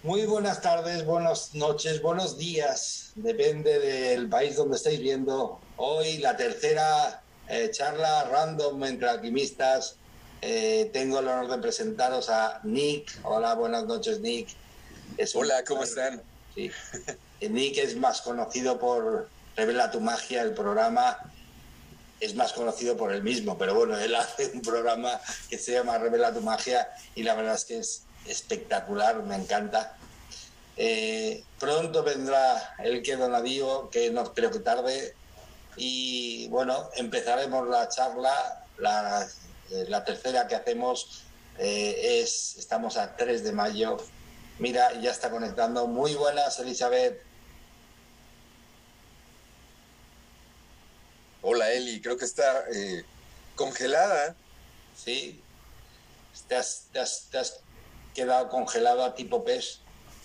Muy buenas tardes, buenas noches, buenos días. Depende del país donde estáis viendo. Hoy la tercera charla random entre alquimistas. Tengo el honor de presentaros a Nick. Hola, buenas noches, Nick. Hola, ¿cómo están? Sí. Nick es más conocido por Revela tu Magia, el programa. Es más conocido por él mismo, pero bueno, él hace un programa que se llama Revela tu Magia y la verdad es que es espectacular, me encanta. Pronto vendrá el que donadío, que no creo que tarde, y bueno, empezaremos la charla. La tercera que hacemos estamos a 3 de mayo. Mira, ya está conectando. Muy buenas, Elizabeth. Hola, Eli, creo que está congelada. Sí, te has quedado congelado tipo pez.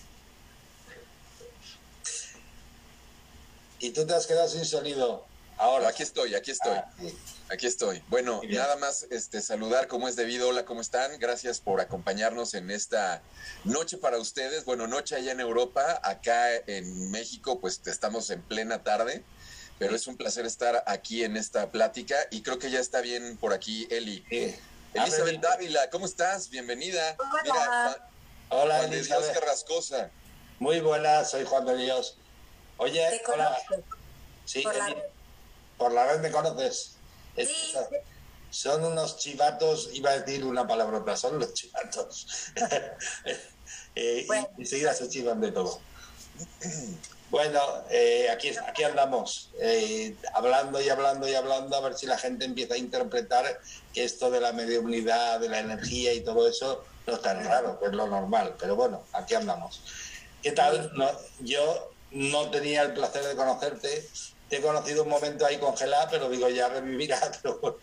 Y tú te has quedado sin sonido. Ahora. Aquí estoy. Sí. Aquí estoy. Bueno, nada más saludar como es debido. Hola, ¿cómo están? Gracias por acompañarnos en esta noche para ustedes. Bueno, noche allá en Europa. Acá en México, pues estamos en plena tarde. Pero es un placer estar aquí en esta plática. Y creo que ya está bien por aquí, Eli. Sí. Elizabeth Dávila, ¿cómo estás? Bienvenida. Hola. Mira, Hola, Juan de Dios Carrascosa. Muy buenas, soy Juan de Dios. Oye, hola. Sí, por la red me conoces. Sí. Son unos chivatos, iba a decir una palabrota, son los chivatos. Bueno. Y enseguida se chivan de todo. Bueno, aquí andamos, hablando y hablando y hablando, a ver si la gente empieza a interpretar que esto de la mediunidad, de la energía y todo eso no es tan raro, que es lo normal, pero bueno, aquí andamos. ¿Qué tal? Yo no tenía el placer de conocerte, te he conocido un momento ahí congelada, pero digo, ya revivirá, pero bueno.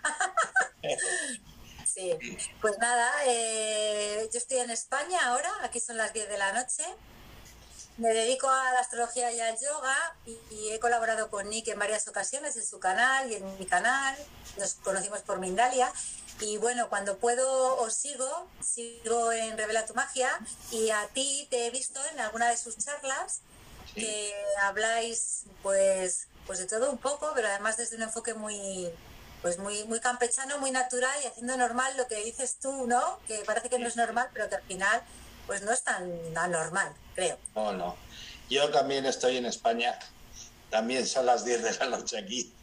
Sí, pues nada, yo estoy en España ahora, aquí son las 10 de la noche. Me dedico a la astrología y al yoga y he colaborado con Nick en varias ocasiones en su canal y en mi canal. Nos conocimos por Mindalia y bueno, cuando puedo os sigo en Revela tu Magia y a ti te he visto en alguna de sus charlas que habláis pues de todo un poco, pero además desde un enfoque muy campechano, muy natural y haciendo normal lo que dices tú, ¿no? Que parece que no es normal, pero que al final pues no es tan anormal, creo. No. Yo también estoy en España. También son las 10 de la noche aquí.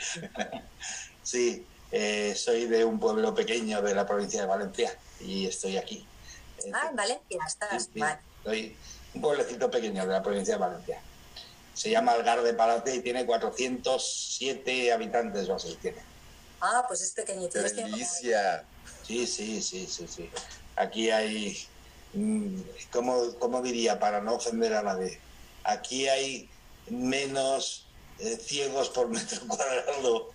Sí, soy de un pueblo pequeño de la provincia de Valencia y estoy aquí. En Valencia estás. Sí, vale. Soy un pueblecito pequeño de la provincia de Valencia. Se llama Algar de Palacio y tiene 407 habitantes o así tiene. Pues es pequeñito. ¡Qué delicia! Sí. Aquí hay... ¿Cómo diría? Para no ofender a nadie. Aquí hay menos ciegos por metro cuadrado.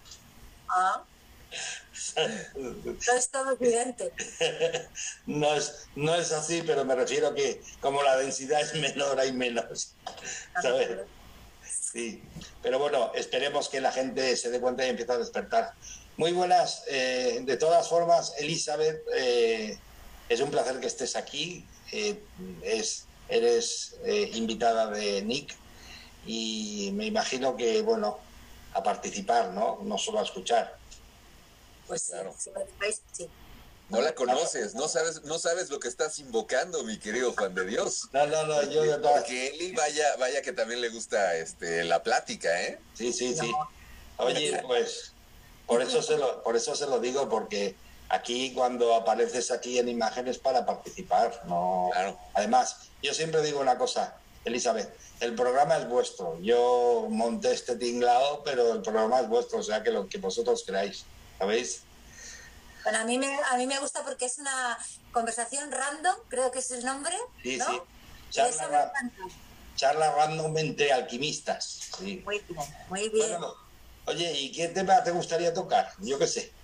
No es todo evidente. No es así, pero me refiero que como la densidad es menor, hay menos. ¿Sabes? Sí. Pero bueno, esperemos que la gente se dé cuenta y empiece a despertar. Muy buenas. De todas formas, Elizabeth... es un placer que estés aquí. Eres invitada de Nick y me imagino que, bueno, a participar, ¿no? No solo a escuchar. Pues claro. Sí. No la conoces, no sabes lo que estás invocando, mi querido Juan de Dios. No, yo de todas... Porque Eli, vaya que también le gusta la plática, ¿eh? Sí. Oye, pues por eso se lo digo, porque aquí cuando apareces aquí en imágenes para participar, no. Claro. Además, yo siempre digo una cosa, Elizabeth, el programa es vuestro. Yo monté este tinglado, pero el programa es vuestro, o sea que lo que vosotros queráis, ¿sabéis? Bueno, a mí me gusta porque es una conversación random, creo que es el nombre, ¿no? Sí. Charla random entre alquimistas. Sí. Muy bien. Bueno, oye, ¿y qué tema te gustaría tocar? Yo qué sé.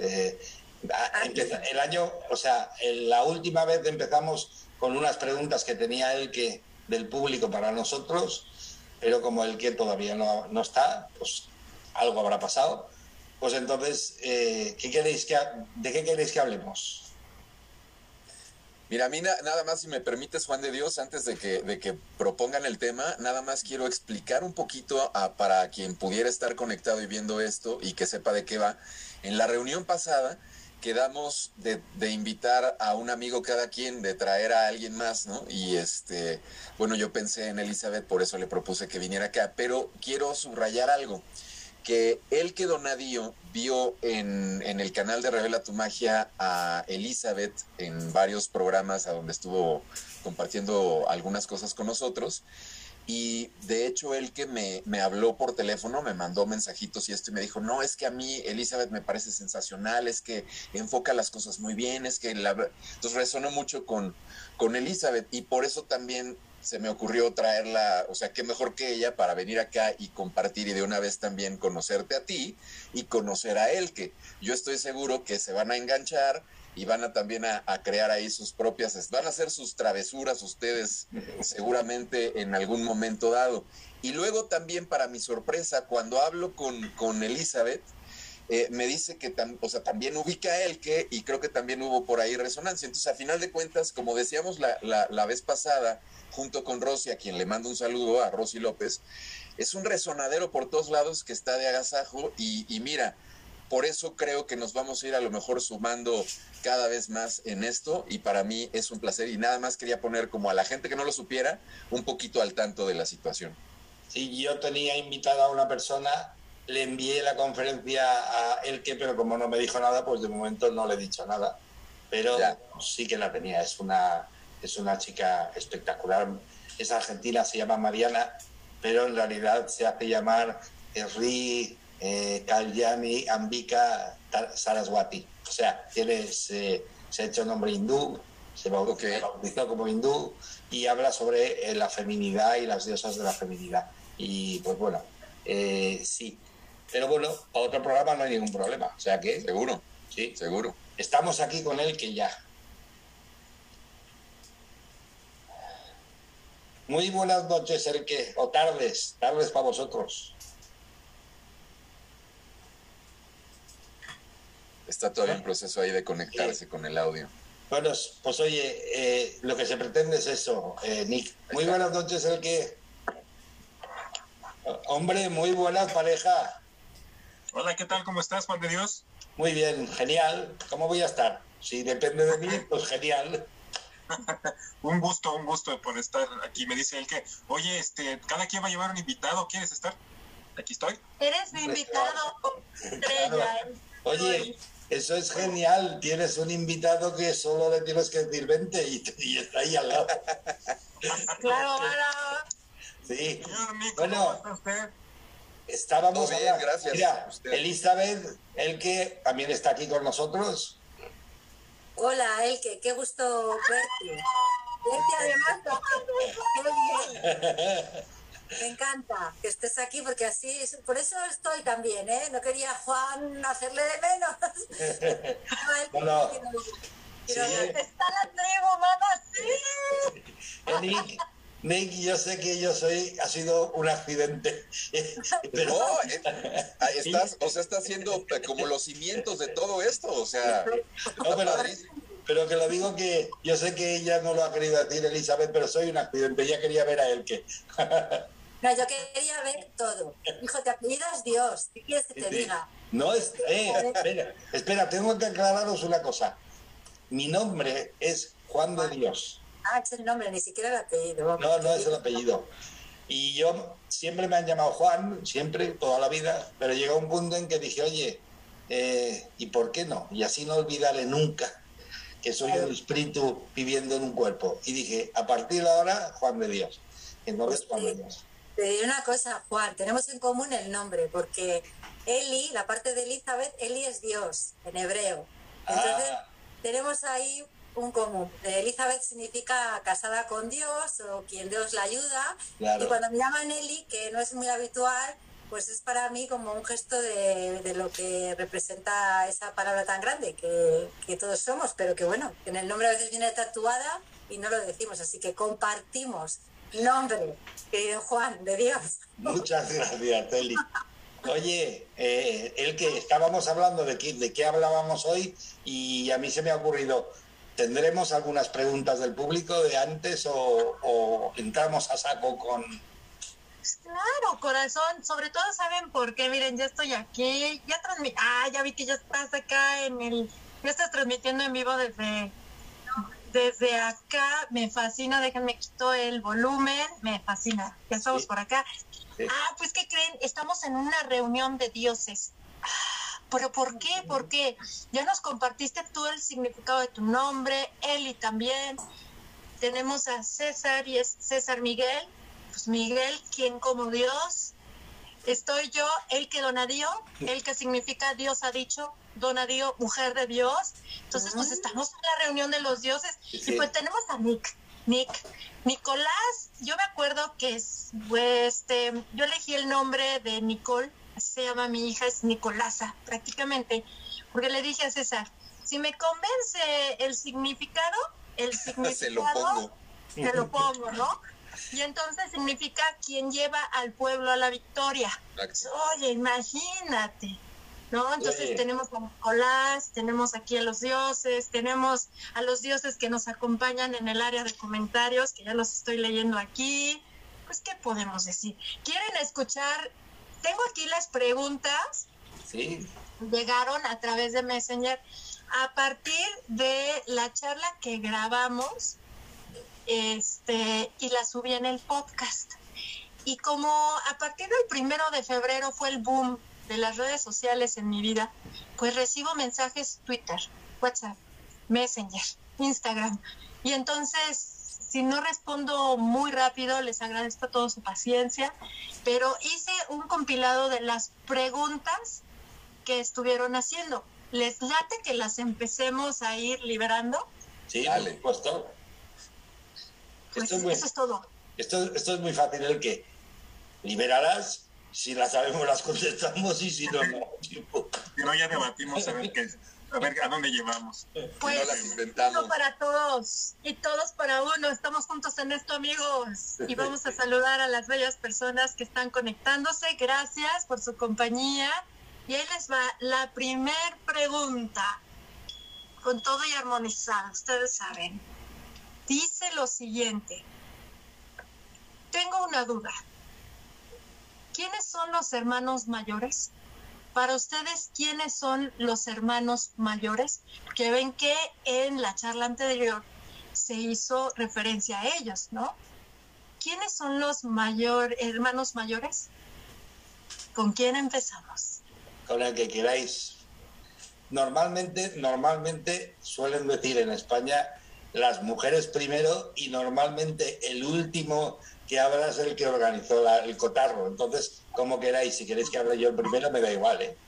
El año, o sea, la última vez empezamos con unas preguntas que tenía él del público para nosotros, pero como el que todavía no está, pues algo habrá pasado. Pues entonces, ¿de qué queréis que hablemos? Mira, a mí nada más, si me permites, Juan de Dios, antes de que propongan el tema, nada más quiero explicar un poquito para quien pudiera estar conectado y viendo esto y que sepa de qué va. En la reunión pasada quedamos de invitar a un amigo cada quien, de traer a alguien más, ¿no? Y bueno, yo pensé en Elizabeth, por eso le propuse que viniera acá, pero quiero subrayar algo. Que Elke Donadío vio en el canal de Revela tu Magia a Elizabeth en varios programas a donde estuvo compartiendo algunas cosas con nosotros, y de hecho Elke me habló por teléfono, me mandó mensajitos y me dijo, no, es que a mí Elizabeth me parece sensacional, es que enfoca las cosas muy bien, entonces resonó mucho con Elizabeth, y por eso también se me ocurrió traerla, o sea, qué mejor que ella para venir acá y compartir, y de una vez también conocerte a ti y conocer a él, que yo estoy seguro que se van a enganchar y van a también a crear ahí sus propias, van a hacer sus travesuras ustedes seguramente en algún momento dado. Y luego también, para mi sorpresa, cuando hablo con Elizabeth, me dice que también ubica a Elke, y creo que también hubo por ahí resonancia. Entonces, a final de cuentas, como decíamos la vez pasada, junto con Rosy, a quien le mando un saludo, a Rosy López, es un resonadero por todos lados que está de agasajo, y mira, por eso creo que nos vamos a ir a lo mejor sumando cada vez más en esto, y para mí es un placer, y nada más quería poner como a la gente que no lo supiera un poquito al tanto de la situación. Sí, yo tenía invitado a una persona, le envié la conferencia a Elke, pero como no me dijo nada, pues de momento no le he dicho nada. Pero ya, sí que la tenía, es una chica espectacular. Es argentina, se llama Mariana, pero en realidad se hace llamar Sri Kalyani Ambika Saraswati. O sea, se ha hecho nombre hindú, se bautizó como hindú, y habla sobre la feminidad y las diosas de la feminidad. Y pues bueno, sí. Pero bueno, para otro programa no hay ningún problema. O sea que... Seguro. Sí. Seguro. Estamos aquí con él, que ya. Muy buenas noches, Elke, o tardes para vosotros. Está todavía en proceso ahí de conectarse con el audio. Bueno, pues oye, lo que se pretende es eso, Nick. Muy buenas noches, Elke. Hombre, muy buenas, pareja. Hola, ¿qué tal? ¿Cómo estás, Juan de Dios? Muy bien, genial. ¿Cómo voy a estar? Si depende de mí, pues genial. un gusto por estar aquí. Me dice él que, oye, cada quien va a llevar un invitado. ¿Quieres estar? Aquí estoy. Eres mi invitado, estrella. Oye, eso es genial. Tienes un invitado que solo le tienes que decir vente y está ahí al lado. Claro. Sí. Nico, bueno, ¿cómo está usted? Estábamos bien, gracias. Mira, Elizabeth, Elke también está aquí con nosotros. Hola, Elke, qué gusto verte. Verte además. Me encanta que estés aquí, porque así, por eso estoy también, ¿eh? No quería a Juan hacerle de menos. Bueno, quiero está la tribu, mamá, sí. Nick, yo sé que ha sido un accidente. Pero no, está haciendo como los cimientos de todo esto, o sea. No, pero que lo digo, que yo sé que ella no lo ha querido decir, Elizabeth, pero soy un accidente. Ella quería ver a Elke. No, yo quería ver todo. Hijo, te apellidas Dios. ¿Qué quieres que te diga? No, espera, tengo que aclararos una cosa. Mi nombre es Juan de Dios. Ah, es el nombre, ni siquiera el apellido. No es el apellido. Y yo siempre me han llamado Juan, siempre, toda la vida, pero llegó un punto en que dije, oye, ¿y por qué no? Y así no olvidaré nunca que soy un espíritu viviendo en un cuerpo. Y dije, a partir de ahora, Juan de Dios. Entonces, Juan de Dios. Te diré una cosa, Juan, tenemos en común el nombre, porque Eli, la parte de Elizabeth, Eli es Dios, en hebreo. Entonces, tenemos ahí un común. Elizabeth significa casada con Dios, o quien Dios la ayuda. Claro. Y cuando me llaman Eli, que no es muy habitual, pues es para mí como un gesto de lo que representa esa palabra tan grande que todos somos, pero que bueno, que en el nombre a veces viene tatuada y no lo decimos, así que compartimos nombre, querido Juan, de Dios. Muchas gracias, Eli. Oye, el que estábamos hablando de qué hablábamos hoy, y a mí se me ha ocurrido, ¿Tendremos algunas preguntas del público de antes o entramos a saco con...? Claro, corazón, sobre todo saben por qué, miren, ya estoy aquí, ya vi que ya estás acá ya estás transmitiendo en vivo desde acá, me fascina, déjenme quito el volumen, me fascina, ya estamos por acá. Sí. Pues ¿qué creen? Estamos en una reunión de dioses. ¿Pero por qué? ¿Por qué? Ya nos compartiste tú el significado de tu nombre, Eli también. Tenemos a César y es César Miguel. Pues Miguel, quien como Dios. Estoy yo, el que Donadío, el que significa Dios ha dicho, Donadío, mujer de Dios. Entonces, pues estamos en la reunión de los dioses. Sí. Y pues tenemos a Nicolás. Yo me acuerdo que yo elegí el nombre de Nicole, así se llama mi hija, es Nicolasa, prácticamente, porque le dije a César, si me convence el significado Se lo pongo. te lo pongo, ¿no? Y entonces significa quien lleva al pueblo a la victoria. Oye, imagínate, ¿no? Entonces tenemos a Nicolás, tenemos aquí a los dioses, tenemos a los dioses que nos acompañan en el área de comentarios, que ya los estoy leyendo aquí. Pues, ¿qué podemos decir? ¿Quieren escuchar? Tengo aquí las preguntas. Sí. Llegaron a través de Messenger a partir de la charla que grabamos y la subí en el podcast. Y como a partir del 1 de febrero fue el boom de las redes sociales en mi vida, pues recibo mensajes Twitter, WhatsApp, Messenger, Instagram. Y entonces, si no respondo muy rápido, les agradezco a todos su paciencia, pero hice un compilado de las preguntas que estuvieron haciendo. ¿Les late que las empecemos a ir liberando? Sí, dale, pues todo. Pues eso es todo. Esto es muy fácil, el que liberarás, si las sabemos las contestamos y si no, no. Pero ya debatimos a ver a dónde llevamos. Pues no las inventamos. uno para todos y todos para uno. Estamos juntos en esto, amigos. Y vamos a saludar a las bellas personas que están conectándose. Gracias por su compañía. Y ahí les va la primer pregunta. Con todo y armonizado, ustedes saben. Dice lo siguiente. Tengo una duda. ¿Quiénes son los hermanos mayores? Para ustedes, ¿quiénes son los hermanos mayores? Que ven que en la charla anterior se hizo referencia a ellos, ¿no? ¿Quiénes son los hermanos mayores? ¿Con quién empezamos? Con el que queráis. Normalmente suelen decir en España las mujeres primero y normalmente el último que habla es el que organizó el cotarro. Entonces, como queráis, si queréis que hable yo el primero, me da igual, ¿eh?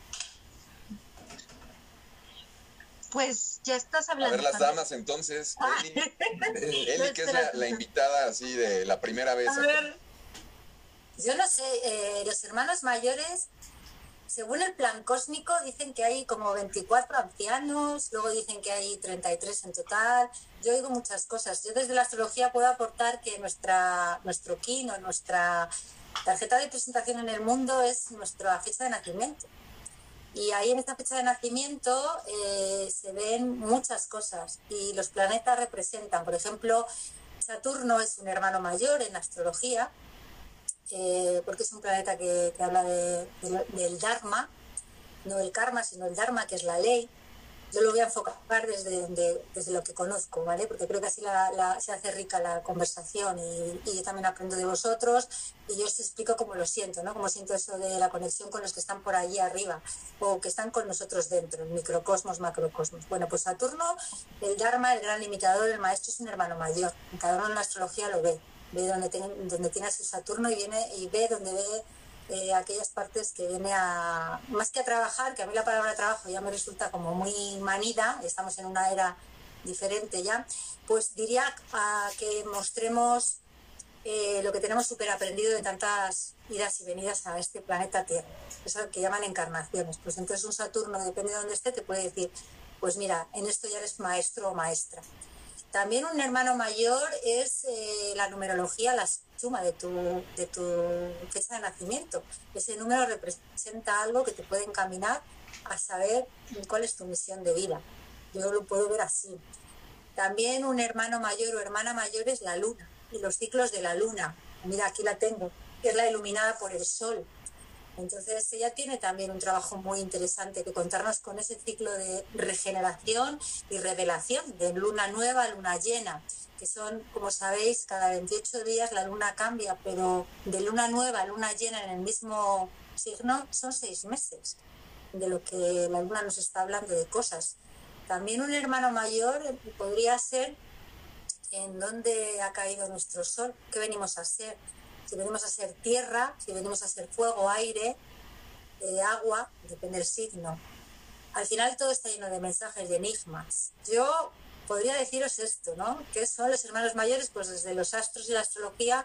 Pues ya estás hablando. A ver, las damas entonces. Eli, que es la invitada así de la primera vez. A ver. Yo no sé, los hermanos mayores, según el plan cósmico, dicen que hay como 24 ancianos, luego dicen que hay 33 en total. Yo oigo muchas cosas. Yo desde la astrología puedo aportar que nuestro kin o nuestra tarjeta de presentación en el mundo es nuestra fecha de nacimiento. Y ahí en esta fecha de nacimiento se ven muchas cosas y los planetas representan. Por ejemplo, Saturno es un hermano mayor en astrología, porque es un planeta que habla del Dharma, no del karma, sino el Dharma, que es la ley. Yo lo voy a enfocar desde lo que conozco, ¿vale? Porque creo que así se hace rica la conversación y yo también aprendo de vosotros y yo os explico cómo lo siento, ¿no? Cómo siento eso de la conexión con los que están por allí arriba o que están con nosotros dentro, el microcosmos, macrocosmos. Bueno, pues Saturno, el Dharma, el gran limitador, el maestro, es un hermano mayor. Cada uno en la astrología lo ve donde tiene a su Saturno y ve donde ve aquellas partes que viene más que a trabajar, que a mí la palabra trabajo ya me resulta como muy manida, estamos en una era diferente ya, pues diría que mostremos lo que tenemos súper aprendido de tantas idas y venidas a este planeta Tierra, eso que llaman encarnaciones. Pues entonces un Saturno, depende de dónde esté, te puede decir, pues mira, en esto ya eres maestro o maestra. También un hermano mayor es la numerología, la suma de tu fecha de nacimiento. Ese número representa algo que te puede encaminar a saber cuál es tu misión de vida. Yo lo puedo ver así. También un hermano mayor o hermana mayor es la luna y los ciclos de la luna. Mira, aquí la tengo, que es la iluminada por el sol. Entonces ella tiene también un trabajo muy interesante que contarnos con ese ciclo de regeneración y revelación, de luna nueva, luna llena, que son, como sabéis, cada 28 días la luna cambia, pero de luna nueva a luna llena en el mismo signo son 6 meses, de lo que la luna nos está hablando de cosas. También un hermano mayor podría ser en dónde ha caído nuestro sol, qué venimos a ser. Si venimos a ser tierra, si venimos a ser fuego, aire, agua, depende del signo. Al final todo está lleno de mensajes, de enigmas. Yo podría deciros esto, ¿no? ¿Qué son los hermanos mayores? Pues desde los astros y la astrología,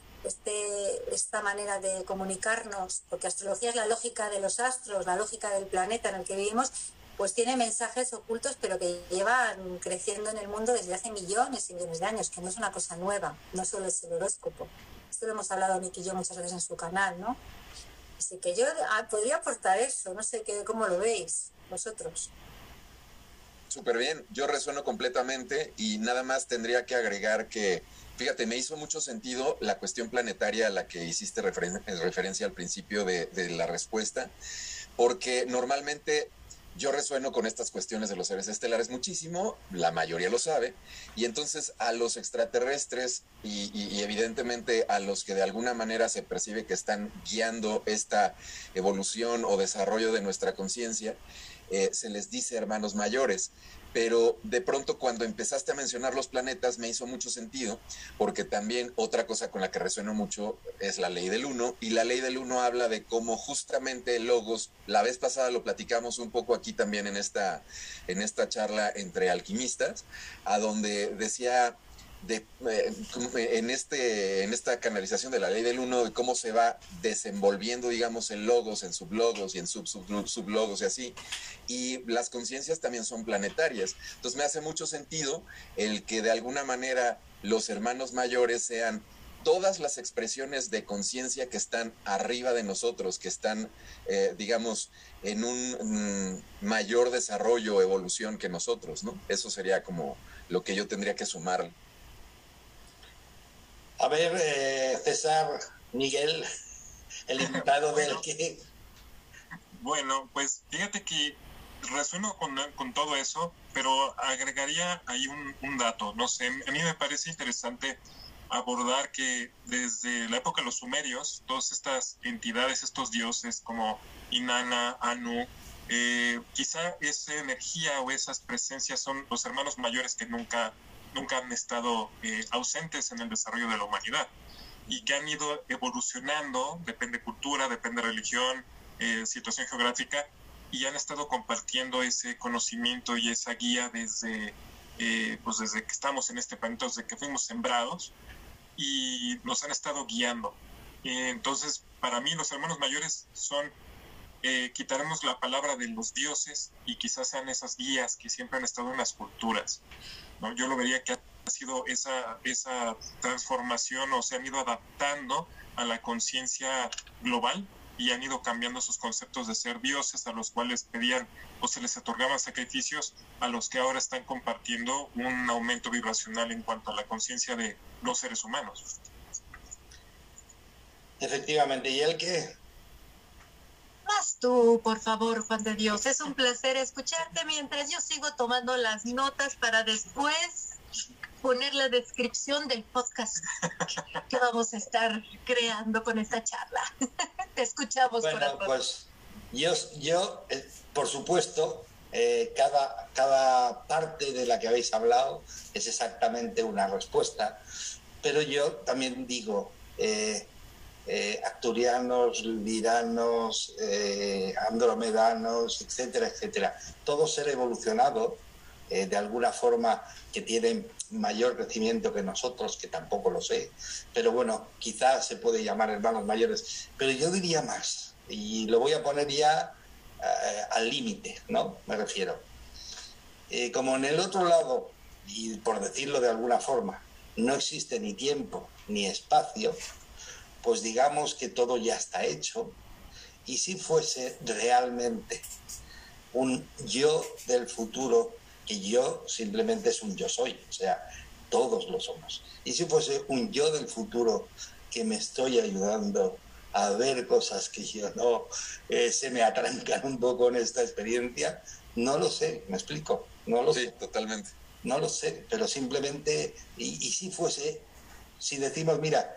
esta manera de comunicarnos, porque astrología es la lógica de los astros, la lógica del planeta en el que vivimos, pues tiene mensajes ocultos, pero que llevan creciendo en el mundo desde hace millones y millones de años, que no es una cosa nueva, no solo es el horóscopo. Esto lo hemos hablado Nick y yo muchas veces en su canal, ¿no? Así que yo podría aportar eso, no sé cómo lo veis vosotros. Súper bien, yo resueno completamente y nada más tendría que agregar que, fíjate, me hizo mucho sentido la cuestión planetaria a la que hiciste referencia al principio de la respuesta, porque normalmente yo resueno con estas cuestiones de los seres estelares muchísimo, la mayoría lo sabe, y entonces a los extraterrestres y evidentemente a los que de alguna manera se percibe que están guiando esta evolución o desarrollo de nuestra conciencia, se les dice hermanos mayores. Pero de pronto cuando empezaste a mencionar los planetas me hizo mucho sentido, porque también otra cosa con la que resueno mucho es la ley del uno, y la ley del uno habla de cómo justamente el logos, la vez pasada lo platicamos un poco aquí también en esta charla entre alquimistas, a donde decía en esta canalización de la ley del uno, de cómo se va desenvolviendo, digamos, el logos en sublogos y en sublogos y así, y las conciencias también son planetarias. Entonces me hace mucho sentido el que de alguna manera los hermanos mayores sean todas las expresiones de conciencia que están arriba de nosotros, que están, digamos, en un mayor desarrollo o evolución que nosotros, ¿no? Eso sería como lo que yo tendría que sumar. A ver, César, Miguel, el invitado del que... Bueno, pues fíjate que resueno con todo eso, pero agregaría ahí un dato. No sé, a mí me parece interesante abordar que desde la época de los sumerios, todas estas entidades, estos dioses como Inanna, Anu, quizá esa energía o esas presencias son los hermanos mayores que nunca han estado ausentes en el desarrollo de la humanidad y que han ido evolucionando, depende cultura, depende religión, situación geográfica, y han estado compartiendo ese conocimiento y esa guía desde que estamos en este planeta, desde que fuimos sembrados, y nos han estado guiando. Entonces, para mí los hermanos mayores son, quitaremos la palabra de los dioses y quizás sean esas guías que siempre han estado en las culturas, ¿no? Yo lo vería que ha sido esa transformación, o se han ido adaptando a la conciencia global y han ido cambiando sus conceptos de ser dioses, a los cuales pedían o se les otorgaban sacrificios, a los que ahora están compartiendo un aumento vibracional en cuanto a la conciencia de los seres humanos. Efectivamente, ¿y el qué? Vas tú, por favor, Juan de Dios. Es un placer escucharte mientras yo sigo tomando las notas para después poner la descripción del podcast que vamos a estar creando con esta charla. Te escuchamos, bueno, corazón. Pues yo por supuesto, cada parte de la que habéis hablado es exactamente una respuesta, pero yo también digo, acturianos, liranos, andromedanos, etcétera, etcétera, todo ser evolucionado de alguna forma, que tienen mayor crecimiento que nosotros, que tampoco lo sé, pero bueno, quizás se puede llamar hermanos mayores, pero yo diría más, y lo voy a poner ya al límite, ¿no? Me refiero. Como en el otro lado, y por decirlo de alguna forma, no existe ni tiempo ni espacio, pues digamos que todo ya está hecho, y si fuese realmente un yo del futuro que yo simplemente es un yo soy, o sea, todos lo somos. Y si fuese un yo del futuro que me estoy ayudando a ver cosas que yo no se me atrancan un poco en esta experiencia, no lo sé, me explico, no lo sé. Sí, totalmente. No lo sé, pero simplemente, y si fuese, si decimos, mira,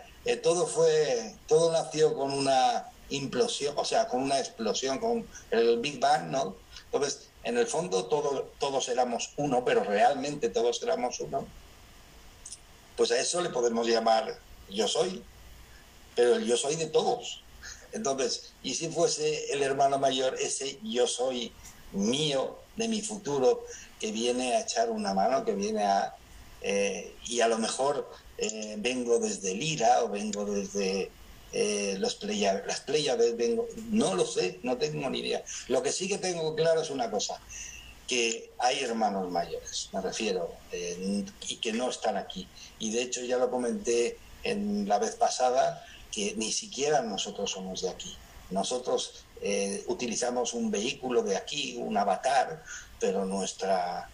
todo nació con una implosión, o sea, con una explosión, con el Big Bang, ¿no? Entonces, en el fondo todos éramos uno, pero realmente todos éramos uno. Pues a eso le podemos llamar yo soy, pero el yo soy de todos. Entonces, y si fuese el hermano mayor, ese yo soy mío, de mi futuro, que viene a echar una mano, que viene a... y a lo mejor vengo desde Lira o vengo desde las Pléyades, no lo sé, no tengo ni idea. Lo que sí que tengo claro es una cosa, que hay hermanos mayores, me refiero, y que no están aquí. Y de hecho ya lo comenté en la vez pasada, que ni siquiera nosotros somos de aquí. Nosotros utilizamos un vehículo de aquí, un avatar, pero nuestro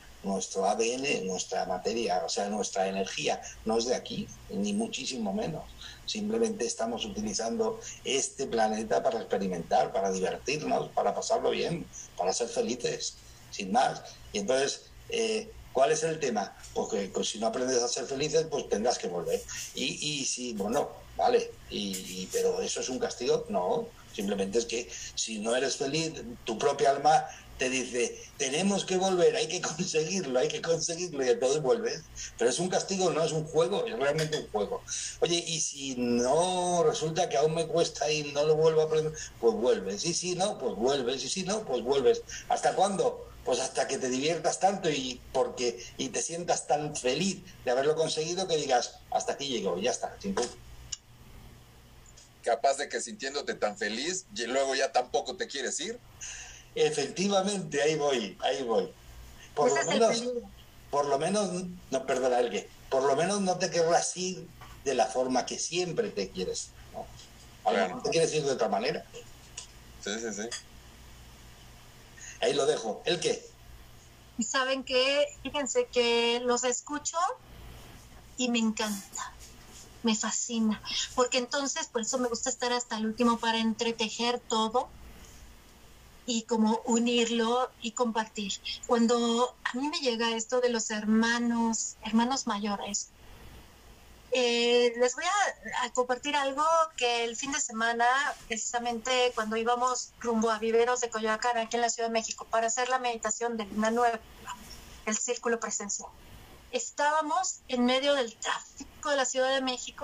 ADN, nuestra materia, o sea, nuestra energía no es de aquí, ni muchísimo menos. Simplemente estamos utilizando este planeta para experimentar, para divertirnos, para pasarlo bien, para ser felices, sin más. Y entonces, ¿cuál es el tema? Porque pues, si no aprendes a ser felices, pues tendrás que volver. Y si, bueno, vale, pero ¿eso es un castigo? No, simplemente es que si no eres feliz, tu propia alma te dice, tenemos que volver, hay que conseguirlo, y entonces vuelves. Pero es un castigo, no es un juego, es realmente un juego. Oye, y si no resulta que aún me cuesta y no lo vuelvo a aprender, pues vuelves. Y si no, pues vuelves. Y si no, pues vuelves. ¿Hasta cuándo? Pues hasta que te diviertas tanto y te sientas tan feliz de haberlo conseguido que digas, hasta aquí llego, ya está, sin duda. Capaz de que sintiéndote tan feliz y luego ya tampoco te quieres ir. Efectivamente, ahí voy. Por lo menos, no, perdona, por lo menos no te querrás ir de la forma que siempre te quieres, ¿no? A lo mejor te quieres ir de otra manera. Sí. Ahí lo dejo. ¿El qué? Y saben que, fíjense que los escucho y me encanta, me fascina, porque entonces por eso me gusta estar hasta el último para entretejer todo y como unirlo y compartir. Cuando a mí me llega esto de los hermanos mayores, les voy a compartir algo que el fin de semana, precisamente cuando íbamos rumbo a Viveros de Coyoacán, aquí en la Ciudad de México, para hacer la meditación de Luna Nueva, el círculo presencial, estábamos en medio del tráfico de la Ciudad de México.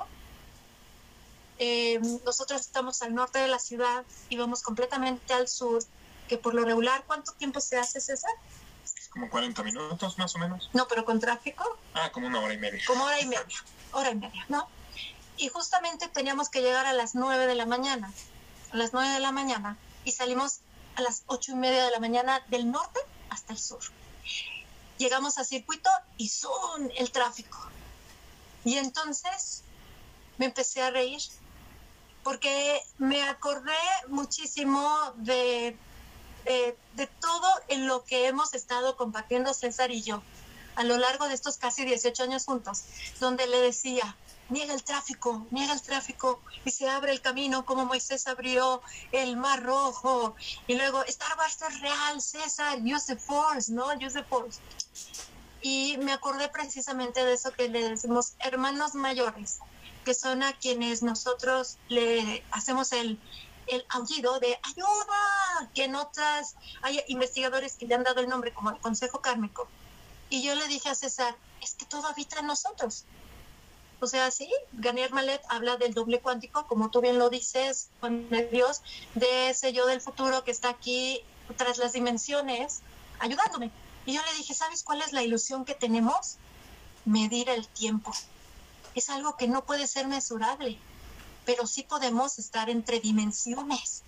Nosotros estamos al norte de la ciudad y vamos completamente al sur, que por lo regular, ¿cuánto tiempo se hace, César? Como 40 minutos más o menos. No, pero con tráfico. Como una hora y media. Como hora y media, ¿no? Y justamente teníamos que llegar a las 9 de la mañana. A las 9 de la mañana. Y salimos a las 8:30 de la mañana del norte hasta el sur. Llegamos a circuito y ¡zum! El tráfico. Y entonces me empecé a reír porque me acordé muchísimo de todo en lo que hemos estado compartiendo César y yo a lo largo de estos casi 18 años juntos, donde le decía, niega el tráfico, y se abre el camino como Moisés abrió el Mar Rojo, y luego, Star Wars es real, César, use the force, ¿no? Use the force. Y me acordé precisamente de eso que le decimos hermanos mayores, que son a quienes nosotros le hacemos el aullido de ayuda, que en otras hay investigadores que le han dado el nombre como el Consejo Kármico. Y yo le dije a César, es que todo habita en nosotros. O sea, sí, Garnier Mallet habla del doble cuántico, como tú bien lo dices, Juan de Dios, de ese yo del futuro que está aquí tras las dimensiones, ayudándome. Y yo le dije, ¿sabes cuál es la ilusión que tenemos? Medir el tiempo. Es algo que no puede ser mesurable, pero sí podemos estar entre dimensiones,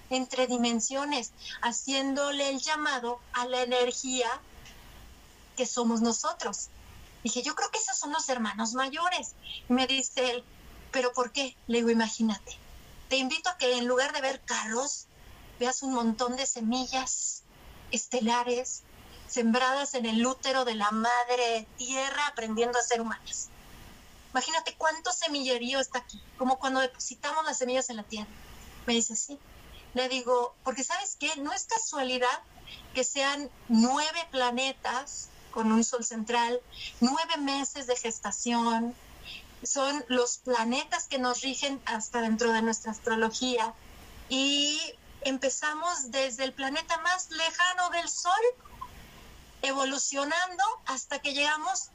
haciéndole el llamado a la energía que somos nosotros. Dije, yo creo que esos son los hermanos mayores. Y me dice él, ¿pero por qué? Le digo, imagínate, te invito a que en lugar de ver carros, veas un montón de semillas estelares sembradas en el útero de la madre tierra, aprendiendo a ser humanas. Imagínate cuánto semillerío está aquí, como cuando depositamos las semillas en la tierra. Me dice, sí. Le digo, porque ¿sabes qué? No es casualidad que sean 9 planetas con un sol central, 9 meses de gestación. Son los planetas que nos rigen hasta dentro de nuestra astrología. Y empezamos desde el planeta más lejano del Sol, evolucionando hasta que llegamos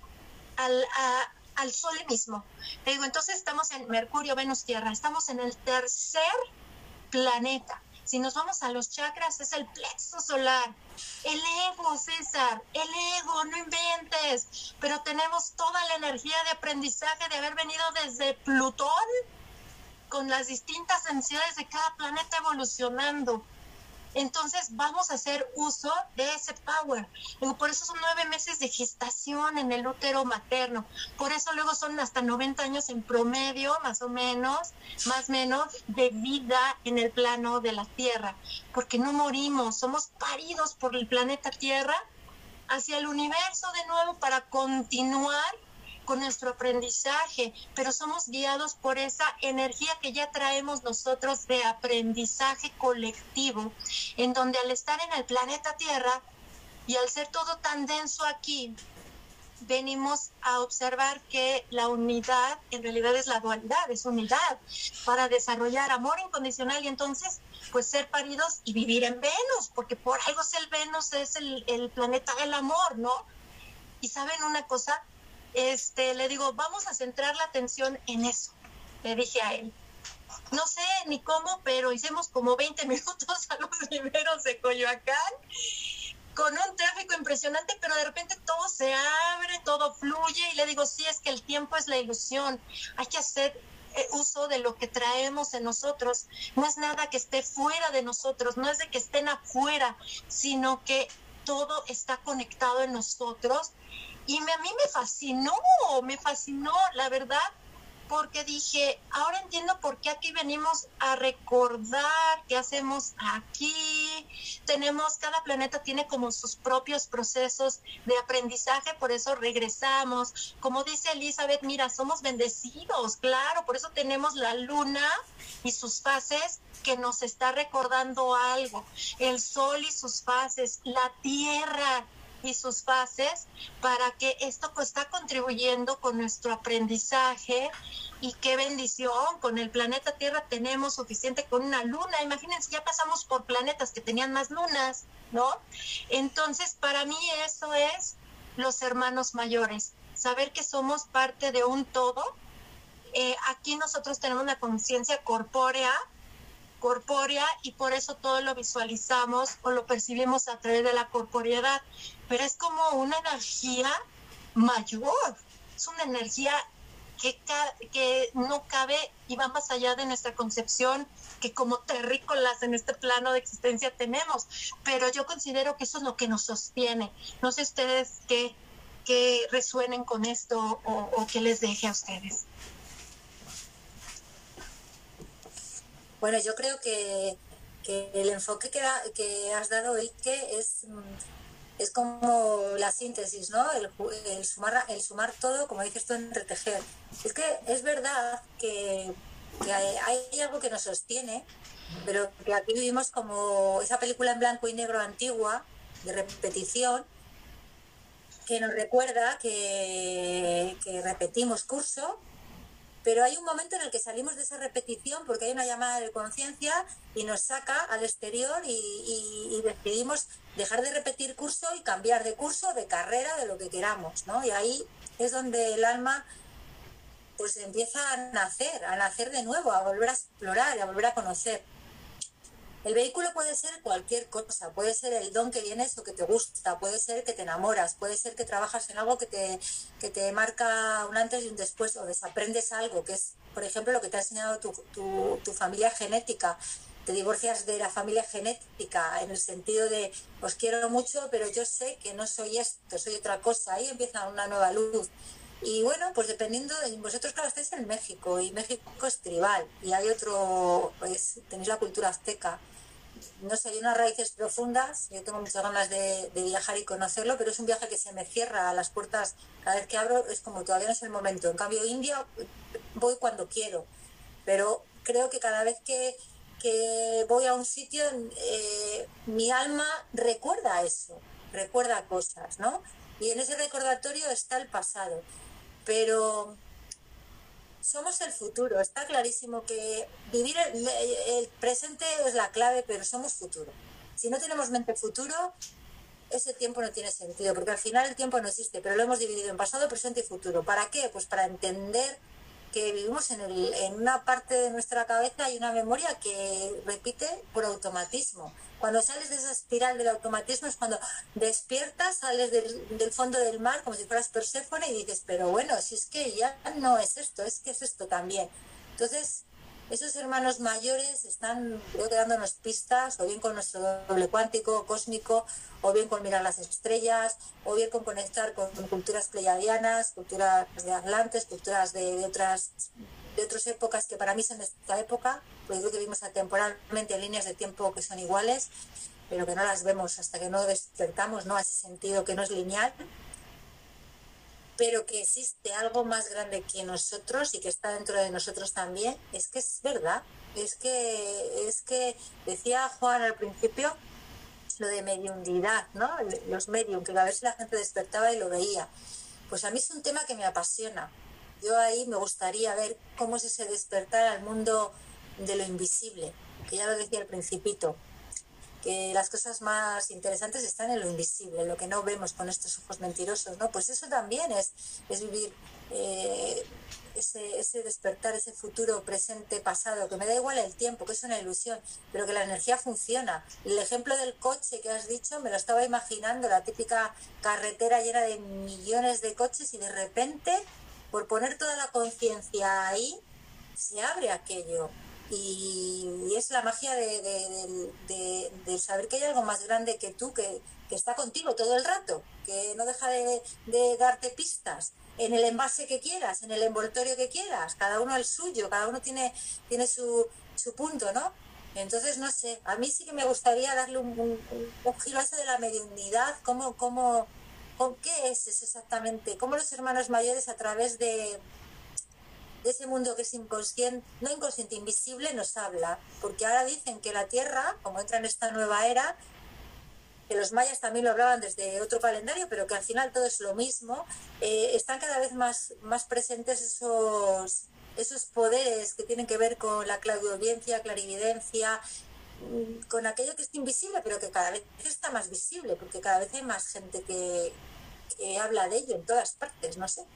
al Sol mismo. Te digo, entonces estamos en Mercurio, Venus, Tierra, estamos en el tercer planeta. Si nos vamos a los chakras, es el plexo solar. El ego, César, el ego, no inventes. Pero tenemos toda la energía de aprendizaje de haber venido desde Plutón, con las distintas densidades de cada planeta evolucionando. Entonces vamos a hacer uso de ese power. Por eso son 9 meses de gestación en el útero materno. Por eso luego son hasta 90 años en promedio, más o menos, más o menos, de vida en el plano de la Tierra. Porque no morimos, somos paridos por el planeta Tierra hacia el universo de nuevo para continuar con nuestro aprendizaje, pero somos guiados por esa energía que ya traemos nosotros de aprendizaje colectivo, en donde al estar en el planeta Tierra y al ser todo tan denso aquí, venimos a observar que la unidad en realidad es la dualidad, es unidad para desarrollar amor incondicional y entonces pues ser paridos y vivir en Venus, porque por algo es el Venus, es el planeta del amor, ¿no? Y ¿saben una cosa? Le digo, vamos a centrar la atención en eso, le dije a él. No sé ni cómo, pero hicimos como 20 minutos a los riberos de Coyoacán, con un tráfico impresionante, pero de repente todo se abre, todo fluye, y le digo, sí, es que el tiempo es la ilusión, hay que hacer uso de lo que traemos en nosotros, no es nada que esté fuera de nosotros, no es de que estén afuera, sino que todo está conectado en nosotros. Y a mí me fascinó, la verdad, porque dije, ahora entiendo por qué aquí venimos a recordar qué hacemos aquí. Cada planeta tiene como sus propios procesos de aprendizaje, por eso regresamos. Como dice Elizabeth, mira, somos bendecidos, claro, por eso tenemos la luna y sus fases que nos está recordando algo, el sol y sus fases, la tierra y sus fases, para que esto está contribuyendo con nuestro aprendizaje. Y qué bendición, con el planeta Tierra tenemos suficiente con una luna. Imagínense, ya pasamos por planetas que tenían más lunas, ¿no? Entonces, para mí eso es los hermanos mayores, saber que somos parte de un todo. Aquí nosotros tenemos la conciencia corpórea, y por eso todo lo visualizamos o lo percibimos a través de la corporeidad, pero es como una energía mayor, es una energía que no cabe y va más allá de nuestra concepción, que como terrícolas en este plano de existencia tenemos, pero yo considero que eso es lo que nos sostiene. No sé ustedes que resuenen con esto o que les deje a ustedes. Bueno, yo creo que el enfoque que has dado, Ike, es como la síntesis, ¿no? El sumar todo, como dices tú, entretejer. Es que es verdad que hay algo que nos sostiene, pero que aquí vivimos como esa película en blanco y negro antigua, de repetición, que nos recuerda que repetimos curso. Pero hay un momento en el que salimos de esa repetición porque hay una llamada de conciencia y nos saca al exterior y decidimos dejar de repetir curso y cambiar de curso, de carrera, de lo que queramos, ¿no? Y ahí es donde el alma pues empieza a nacer de nuevo, a volver a explorar, a volver a conocer. El vehículo puede ser cualquier cosa, puede ser el don que vienes o que te gusta, puede ser que te enamoras, puede ser que trabajas en algo que te marca un antes y un después, o desaprendes algo, que es, por ejemplo, lo que te ha enseñado tu familia genética. Te divorcias de la familia genética en el sentido de, os quiero mucho, pero yo sé que no soy esto, soy otra cosa. Ahí empieza una nueva luz. Y bueno, pues dependiendo, vosotros claro estáis en México, y México es tribal, y hay otro, pues tenéis la cultura azteca. no sé, hay unas raíces profundas. Yo tengo muchas ganas de viajar y conocerlo, pero es un viaje que se me cierra a las puertas cada vez que abro, es como todavía no es el momento. En cambio, India voy cuando quiero, pero creo que cada vez que voy a un sitio, mi alma recuerda eso, recuerda cosas, ¿no? Y en ese recordatorio está el pasado, pero somos el futuro. Está clarísimo que vivir el presente es la clave, pero somos futuro. Si no tenemos mente futuro, ese tiempo no tiene sentido, porque al final el tiempo no existe, pero lo hemos dividido en pasado, presente y futuro. ¿Para qué? Pues para entender que vivimos en una parte de nuestra cabeza hay una memoria que repite por automatismo. Cuando sales de esa espiral del automatismo es cuando despiertas, sales del fondo del mar como si fueras Perséfone y dices, pero bueno, si es que ya no es esto, es que es esto también. Entonces, esos hermanos mayores están dándonos pistas, o bien con nuestro doble cuántico, cósmico, o bien con mirar las estrellas, o bien con conectar con culturas pleiadianas, culturas de Atlantes, culturas de otras épocas que para mí son de esta época, porque creo que vivimos atemporalmente en líneas de tiempo que son iguales, pero que no las vemos hasta que no despertamos, ¿no? A ese sentido que no es lineal, pero que existe algo más grande que nosotros y que está dentro de nosotros también. Es que es verdad, es que decía Juan al principio lo de mediumnidad, ¿no? Los medium, que a ver si la gente despertaba y lo veía. Pues a mí es un tema que me apasiona. Yo ahí me gustaría ver cómo es ese despertar al mundo de lo invisible, que ya lo decía al principito, que las cosas más interesantes están en lo invisible, en lo que no vemos con estos ojos mentirosos, ¿no? Pues eso también es vivir ese despertar, ese futuro, presente, pasado, que me da igual el tiempo, que es una ilusión, pero que la energía funciona. El ejemplo del coche que has dicho, me lo estaba imaginando, la típica carretera llena de millones de coches y de repente, por poner toda la conciencia ahí, se abre aquello. Y es la magia de saber que hay algo más grande que tú, que está contigo todo el rato, que no deja de darte pistas en el envase que quieras, en el envoltorio que quieras, cada uno el suyo, cada uno tiene su punto, ¿no? Entonces, no sé, a mí sí que me gustaría darle un giro a eso de la mediunidad, ¿qué es eso exactamente? ¿Cómo los hermanos mayores a través de ese mundo que es inconsciente, no inconsciente, invisible, nos habla? Porque ahora dicen que la Tierra, como entra en esta nueva era, que los mayas también lo hablaban desde otro calendario, pero que al final todo es lo mismo, están cada vez más presentes esos poderes que tienen que ver con la clariaudiencia, clarividencia, con aquello que es invisible, pero que cada vez está más visible, porque cada vez hay más gente que habla de ello en todas partes, no sé.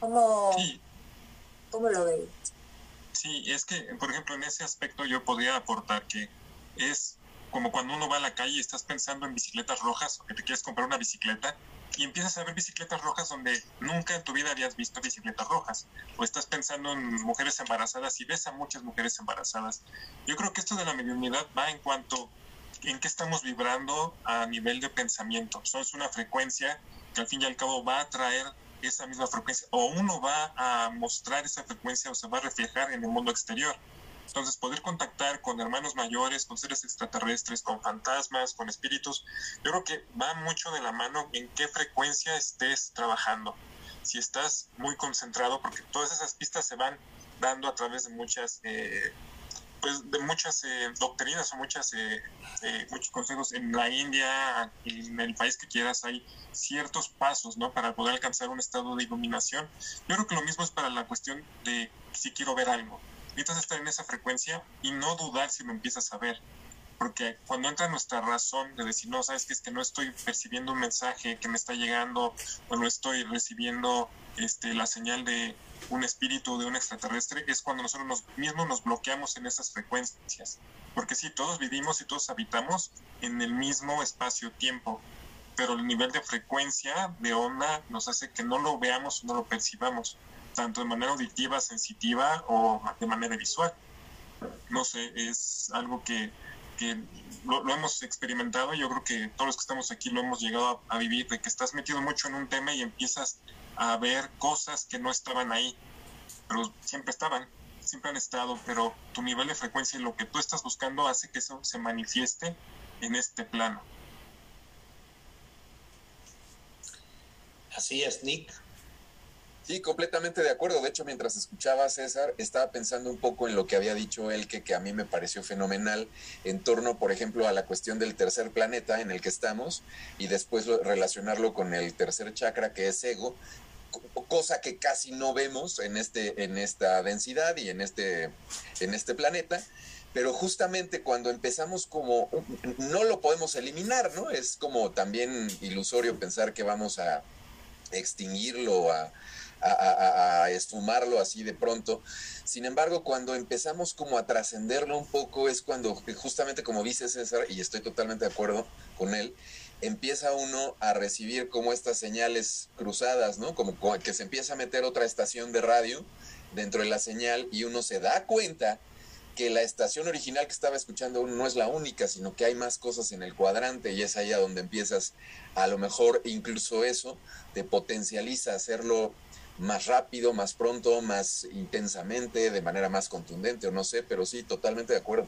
¿Cómo lo veis? Sí, es que, por ejemplo, en ese aspecto yo podría aportar que es como cuando uno va a la calle y estás pensando en bicicletas rojas o que te quieres comprar una bicicleta y empiezas a ver bicicletas rojas donde nunca en tu vida habías visto bicicletas rojas, o estás pensando en mujeres embarazadas y ves a muchas mujeres embarazadas. Yo creo que esto de la mediunidad va en cuanto en qué estamos vibrando a nivel de pensamiento. Es una frecuencia que al fin y al cabo va a traer esa misma frecuencia, o uno va a mostrar esa frecuencia o se va a reflejar en el mundo exterior. Entonces, poder contactar con hermanos mayores, con seres extraterrestres, con fantasmas, con espíritus, yo creo que va mucho de la mano en qué frecuencia estés trabajando. Si estás muy concentrado, porque todas esas pistas se van dando a través de muchas doctrinas o muchos consejos. En la India, en el país que quieras, hay ciertos pasos, ¿no?, para poder alcanzar un estado de iluminación. Yo creo que lo mismo es para la cuestión de si quiero ver algo. Necesitas estar en esa frecuencia y no dudar si lo empiezas a ver. Porque cuando entra nuestra razón de decir, no, sabes que es que no estoy percibiendo un mensaje que me está llegando, o no estoy recibiendo la señal de un espíritu, de un extraterrestre, es cuando nosotros mismos nos bloqueamos en esas frecuencias. Porque sí, todos vivimos y todos habitamos en el mismo espacio-tiempo, pero el nivel de frecuencia, de onda, nos hace que no lo veamos o no lo percibamos, tanto de manera auditiva, sensitiva o de manera visual. No sé, es algo que lo hemos experimentado. Yo creo que todos los que estamos aquí lo hemos llegado a vivir, de que estás metido mucho en un tema y empiezas a ver cosas que no estaban ahí, pero siempre estaban. siempre han estado, pero tu nivel de frecuencia y lo que tú estás buscando hace que eso se manifieste en este plano. Así es, Nick. Sí, completamente de acuerdo. De hecho, mientras escuchaba a César, estaba pensando un poco en lo que había dicho él, que a mí me pareció fenomenal, en torno, por ejemplo, a la cuestión del tercer planeta en el que estamos, y después relacionarlo con el tercer chakra, que es ego, cosa que casi no vemos en esta densidad y en este planeta. Pero justamente cuando empezamos como, no lo podemos eliminar, ¿no? Es como también ilusorio pensar que vamos a extinguirlo, a esfumarlo así de pronto. Sin embargo, cuando empezamos como a trascenderlo un poco, es cuando justamente, como dice César, y estoy totalmente de acuerdo con él, empieza uno a recibir como estas señales cruzadas, ¿no? Como que se empieza a meter otra estación de radio dentro de la señal y uno se da cuenta que la estación original que estaba escuchando uno no es la única, sino que hay más cosas en el cuadrante, y es ahí a donde empiezas, a lo mejor incluso eso te potencializa a hacerlo más rápido, más pronto, más intensamente, de manera más contundente, o no sé, pero sí, totalmente de acuerdo.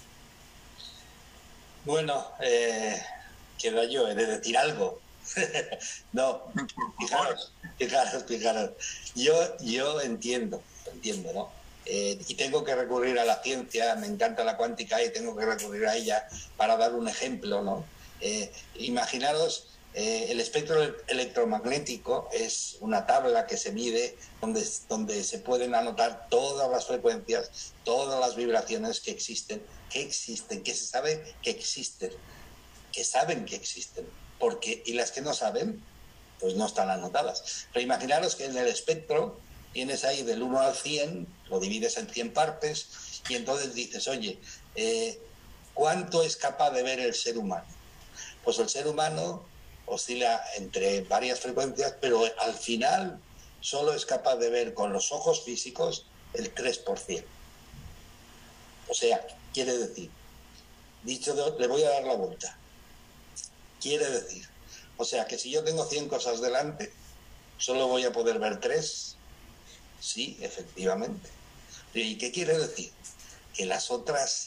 Bueno, queda yo, he de decir algo. No, fijaros. Yo entiendo, ¿no? Y tengo que recurrir a la ciencia, me encanta la cuántica y tengo que recurrir a ella para dar un ejemplo, ¿no? Imaginaros, el espectro electromagnético es una tabla que se mide donde se pueden anotar todas las frecuencias, todas las vibraciones que existen, que se sabe que existen, que saben que existen, y las que no saben, pues no están anotadas. Pero imaginaros que en el espectro tienes ahí del 1 al 100, lo divides en 100 partes, y entonces dices, oye, ¿cuánto es capaz de ver el ser humano? Pues el ser humano oscila entre varias frecuencias, pero al final solo es capaz de ver con los ojos físicos el 3%. O sea, quiere decir, le voy a dar la vuelta. Quiere decir, o sea, que si yo tengo 100 cosas delante, solo voy a poder ver 3. Sí, efectivamente. ¿Y qué quiere decir? Que las otras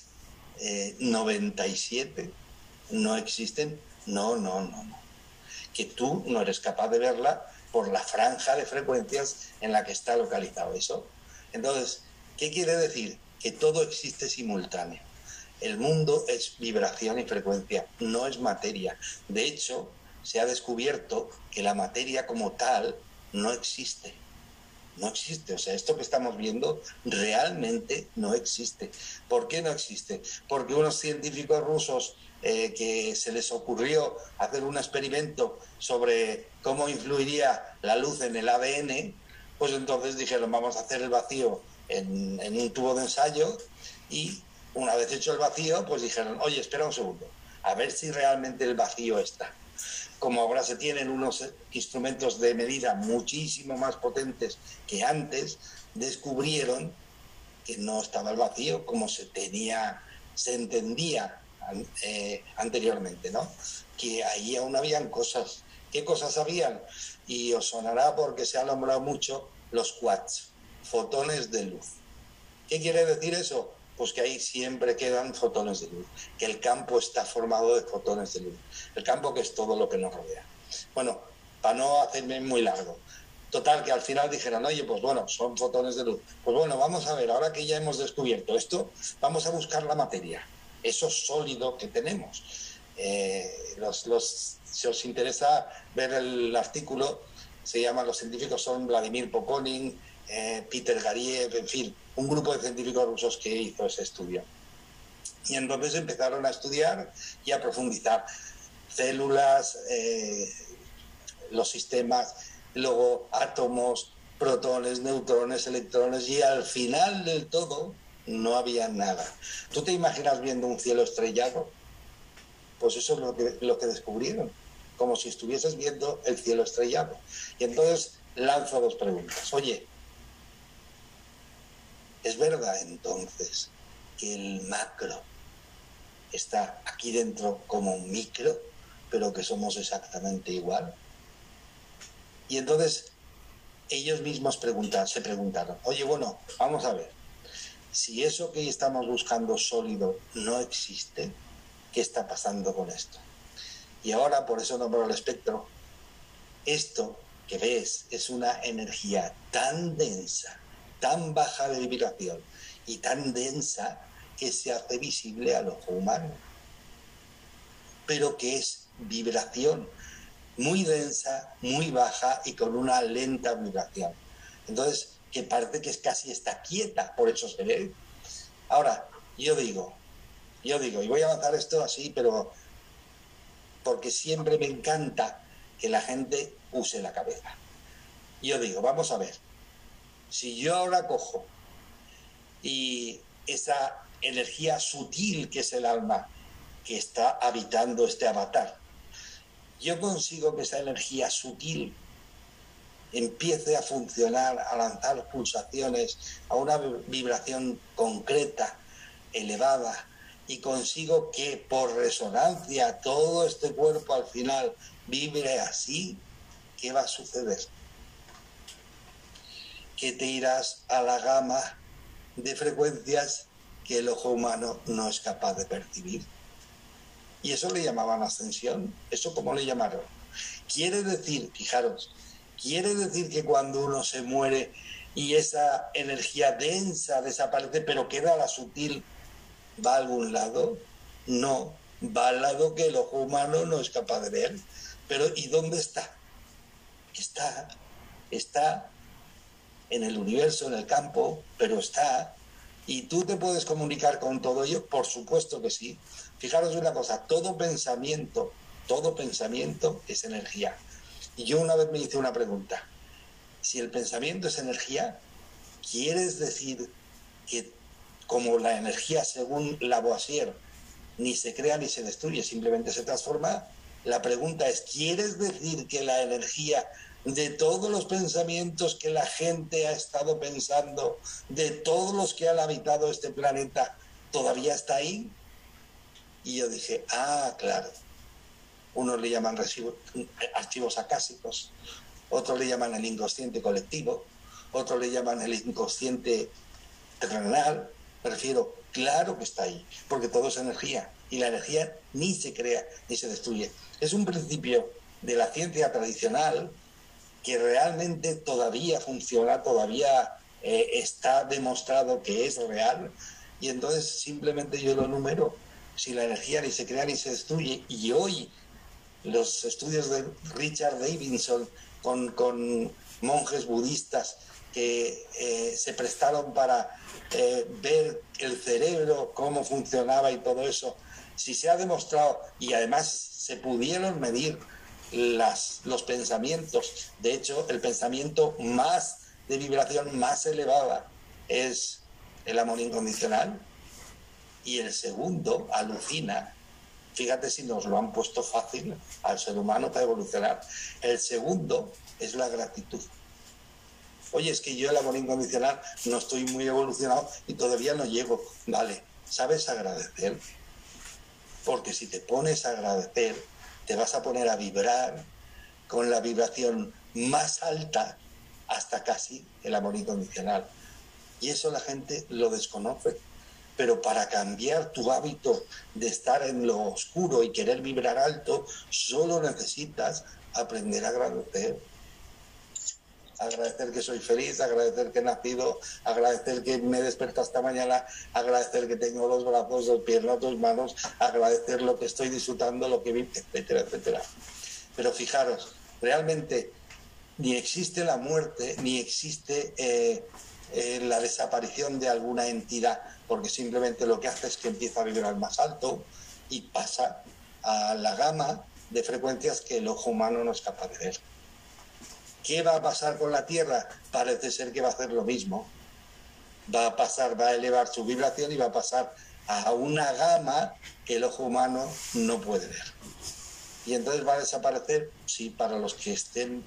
97 no existen. No. Que tú no eres capaz de verla por la franja de frecuencias en la que está localizado eso. Entonces, ¿qué quiere decir? Que todo existe simultáneo. El mundo es vibración y frecuencia, no es materia. De hecho, se ha descubierto que la materia como tal no existe. No existe, o sea, esto que estamos viendo realmente no existe. ¿Por qué no existe? Porque unos científicos rusos que se les ocurrió hacer un experimento sobre cómo influiría la luz en el ADN, pues entonces dijeron, vamos a hacer el vacío en un tubo de ensayo, y una vez hecho el vacío, pues dijeron, oye, espera un segundo, a ver si realmente el vacío está. Como ahora se tienen unos instrumentos de medida muchísimo más potentes que antes, descubrieron que no estaba el vacío como se entendía anteriormente, ¿no? Que ahí aún habían cosas. ¿Qué cosas habían? Y os sonará porque se ha nombrado mucho los quarks, fotones de luz. ¿Qué quiere decir eso? Pues que ahí siempre quedan fotones de luz, que el campo está formado de fotones de luz, el campo que es todo lo que nos rodea. Bueno, para no hacerme muy largo, total, que al final dijeron, oye, pues bueno, son fotones de luz. Pues bueno, vamos a ver, ahora que ya hemos descubierto esto, vamos a buscar la materia, eso sólido que tenemos. Si os interesa ver el artículo, se llama, los científicos son Vladimir Poponin, Peter Gariev, en fin, un grupo de científicos rusos que hizo ese estudio. Y entonces empezaron a estudiar y a profundizar células, los sistemas, luego átomos, protones, neutrones, electrones, y al final del todo no había nada. ¿Tú te imaginas viendo un cielo estrellado? Pues eso es lo que descubrieron, como si estuvieses viendo el cielo estrellado. Y entonces lanzo dos preguntas. Oye, ¿es verdad entonces que el macro está aquí dentro como un micro, pero que somos exactamente igual? Y entonces ellos mismos se preguntaron, oye, bueno, vamos a ver, Si eso que estamos buscando sólido no existe, ¿qué está pasando con esto? Y ahora, por eso nombro el espectro, esto que ves es una energía tan densa, tan baja de vibración y tan densa que se hace visible al ojo humano, pero que es vibración muy densa, muy baja y con una lenta vibración. Entonces, que parece que casi está quieta, por eso se ve. Ahora, yo digo, y voy a avanzar esto así, pero porque siempre me encanta que la gente use la cabeza. Yo digo, vamos a ver, si yo ahora cojo y esa energía sutil que es el alma que está habitando este avatar, yo consigo que esa energía sutil empiece a funcionar, a lanzar pulsaciones a una vibración concreta, elevada, y consigo que por resonancia todo este cuerpo al final vibre así, ¿qué va a suceder? Que te irás a la gama de frecuencias que el ojo humano no es capaz de percibir. Y eso le llamaban ascensión. ¿Eso cómo le llamaron? Quiere decir, fijaros, quiere decir que cuando uno se muere y esa energía densa desaparece, pero queda la sutil, ¿va a algún lado? No, va al lado que el ojo humano no es capaz de ver. Pero ¿y dónde está? Está en el universo, en el campo, pero está. ¿Y tú te puedes comunicar con todo ello? Por supuesto que sí. Fijaros una cosa, todo pensamiento es energía. Y yo una vez me hice una pregunta. Si el pensamiento es energía, ¿quieres decir que como la energía, según Lavoisier, ni se crea ni se destruye, simplemente se transforma? La pregunta es, ¿quieres decir que la energía de todos los pensamientos que la gente ha estado pensando, de todos los que han habitado este planeta, todavía está ahí? Y yo dije, claro. Unos le llaman archivos acásicos, otros le llaman el inconsciente colectivo, otros le llaman el inconsciente terrenal. Me refiero, claro que está ahí, porque todo es energía, y la energía ni se crea ni se destruye. Es un principio de la ciencia tradicional que realmente todavía funciona, todavía está demostrado que es real, y entonces simplemente yo lo enumero. Si la energía ni se crea ni se destruye, y hoy los estudios de Richard Davidson con monjes budistas que se prestaron para ver el cerebro, cómo funcionaba y todo eso, si se ha demostrado, y además se pudieron medir los pensamientos. De hecho, el pensamiento más de vibración más elevada es el amor incondicional, y el segundo, alucina, fíjate si nos lo han puesto fácil al ser humano para evolucionar, el segundo es la gratitud. Oye, es que yo el amor incondicional no estoy muy evolucionado y todavía no llego. Vale, ¿sabes agradecer? Porque si te pones a agradecer, te vas a poner a vibrar con la vibración más alta hasta casi el amor incondicional. Y eso la gente lo desconoce. Pero para cambiar tu hábito de estar en lo oscuro y querer vibrar alto, solo necesitas aprender a agradecer. Agradecer que soy feliz, agradecer que he nacido, agradecer que me he despertado esta mañana, agradecer que tengo los brazos, los pies, las dos manos, agradecer lo que estoy disfrutando, lo que vivo, etcétera, etcétera. Pero fijaros, realmente ni existe la muerte, ni existe la desaparición de alguna entidad, porque simplemente lo que hace es que empieza a vibrar más alto y pasa a la gama de frecuencias que el ojo humano no es capaz de ver. ¿Qué va a pasar con la Tierra? Parece ser que va a hacer lo mismo. Va a elevar su vibración y va a pasar a una gama que el ojo humano no puede ver. Y entonces va a desaparecer, sí, para los que estén,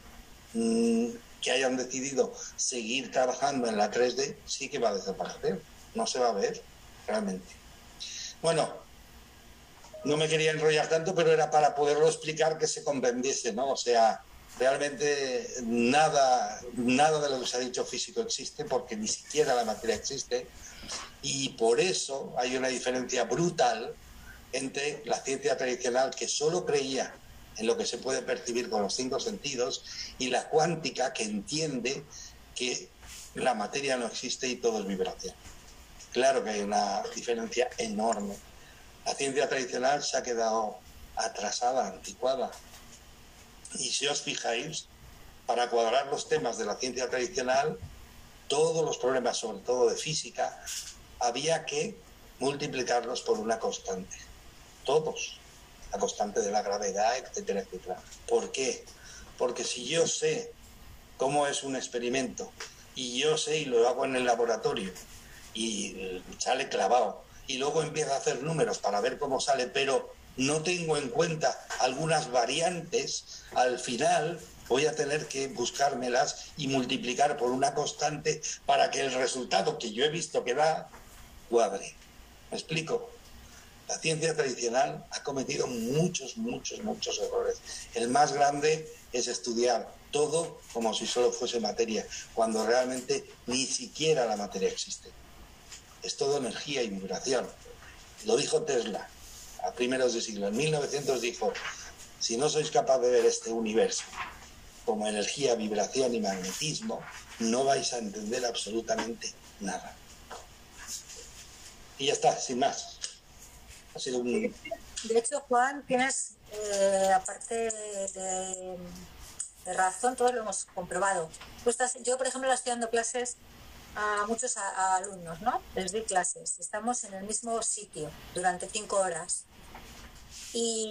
que hayan decidido seguir trabajando en la 3D, sí que va a desaparecer. No se va a ver realmente. Bueno, no me quería enrollar tanto, pero era para poderlo explicar, que se comprendiese, ¿no? O sea, Realmente nada de lo que se ha dicho físico existe, porque ni siquiera la materia existe, y por eso hay una diferencia brutal entre la ciencia tradicional, que solo creía en lo que se puede percibir con los 5 sentidos, y la cuántica, que entiende que la materia no existe y todo es vibración. Claro que hay una diferencia enorme. La ciencia tradicional se ha quedado atrasada, anticuada. Y si os fijáis, para cuadrar los temas de la ciencia tradicional, todos los problemas, sobre todo de física, había que multiplicarlos por una constante. Todos. La constante de la gravedad, etcétera, etcétera. ¿Por qué? Porque si yo sé cómo es un experimento, y yo sé y lo hago en el laboratorio, y sale clavado, y luego empiezo a hacer números para ver cómo sale, pero no tengo en cuenta algunas variantes, al final voy a tener que buscármelas y multiplicar por una constante para que el resultado que yo he visto que da cuadre. ¿Me explico? La ciencia tradicional ha cometido muchos errores. El más grande es estudiar todo como si solo fuese materia, cuando realmente ni siquiera la materia existe. Es todo energía y vibración. Lo dijo Tesla a primeros de siglo. En 1900 dijo: si no sois capaz de ver este universo como energía, vibración y magnetismo, no vais a entender absolutamente nada. Y ya está, sin más. Ha sido un... De hecho, Juan, tienes, aparte de razón, todos lo hemos comprobado. Yo, por ejemplo, estoy dando clases a muchos alumnos, ¿no? Les doy clases. Estamos en el mismo sitio durante 5 horas. Y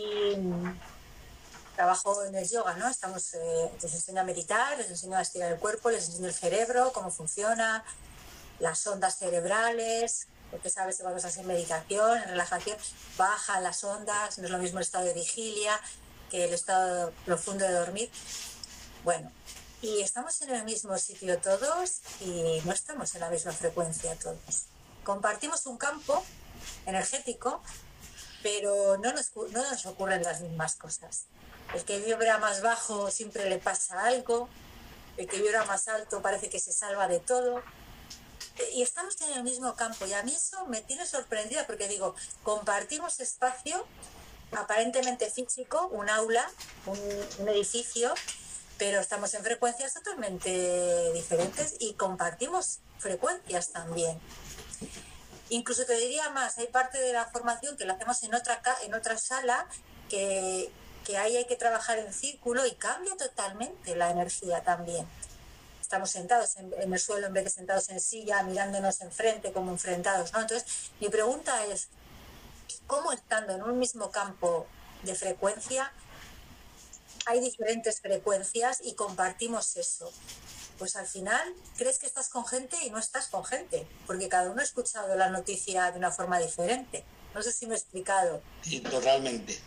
trabajo en el yoga, ¿no? Les enseño a meditar, les enseño a estirar el cuerpo, les enseño el cerebro, cómo funciona, las ondas cerebrales, porque sabes que cuando estás en meditación, en relajación, bajan las ondas, no es lo mismo el estado de vigilia que el estado profundo de dormir. Bueno, y estamos en el mismo sitio todos y no estamos en la misma frecuencia todos. Compartimos un campo energético, pero no nos ocurren las mismas cosas. El que vibra más bajo siempre le pasa algo, el que vibra más alto parece que se salva de todo. Y estamos en el mismo campo, y a mí eso me tiene sorprendida, porque digo, compartimos espacio aparentemente físico, un aula, un edificio, pero estamos en frecuencias totalmente diferentes y compartimos frecuencias también. Incluso te diría más, hay parte de la formación que la hacemos en otra sala, que ahí hay que trabajar en círculo y cambia totalmente la energía también. Estamos sentados en el suelo en vez de sentados en silla, mirándonos enfrente como enfrentados, ¿no? Entonces, mi pregunta es, ¿cómo estando en un mismo campo de frecuencia hay diferentes frecuencias y compartimos eso? Pues al final crees que estás con gente y no estás con gente, porque cada uno ha escuchado la noticia de una forma diferente. No sé si me he explicado. Sí, totalmente.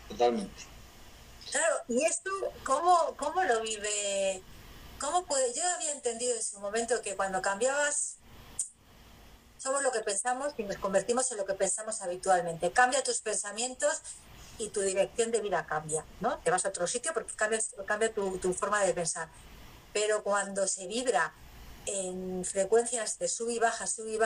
Claro, ¿y esto cómo lo vive? Yo había entendido en su momento que cuando cambiabas, somos lo que pensamos y nos convertimos en lo que pensamos habitualmente. Cambia tus pensamientos y tu dirección de vida cambia, ¿no? Te vas a otro sitio porque cambia tu forma de pensar. Pero cuando se vibra en frecuencias de sub y baja,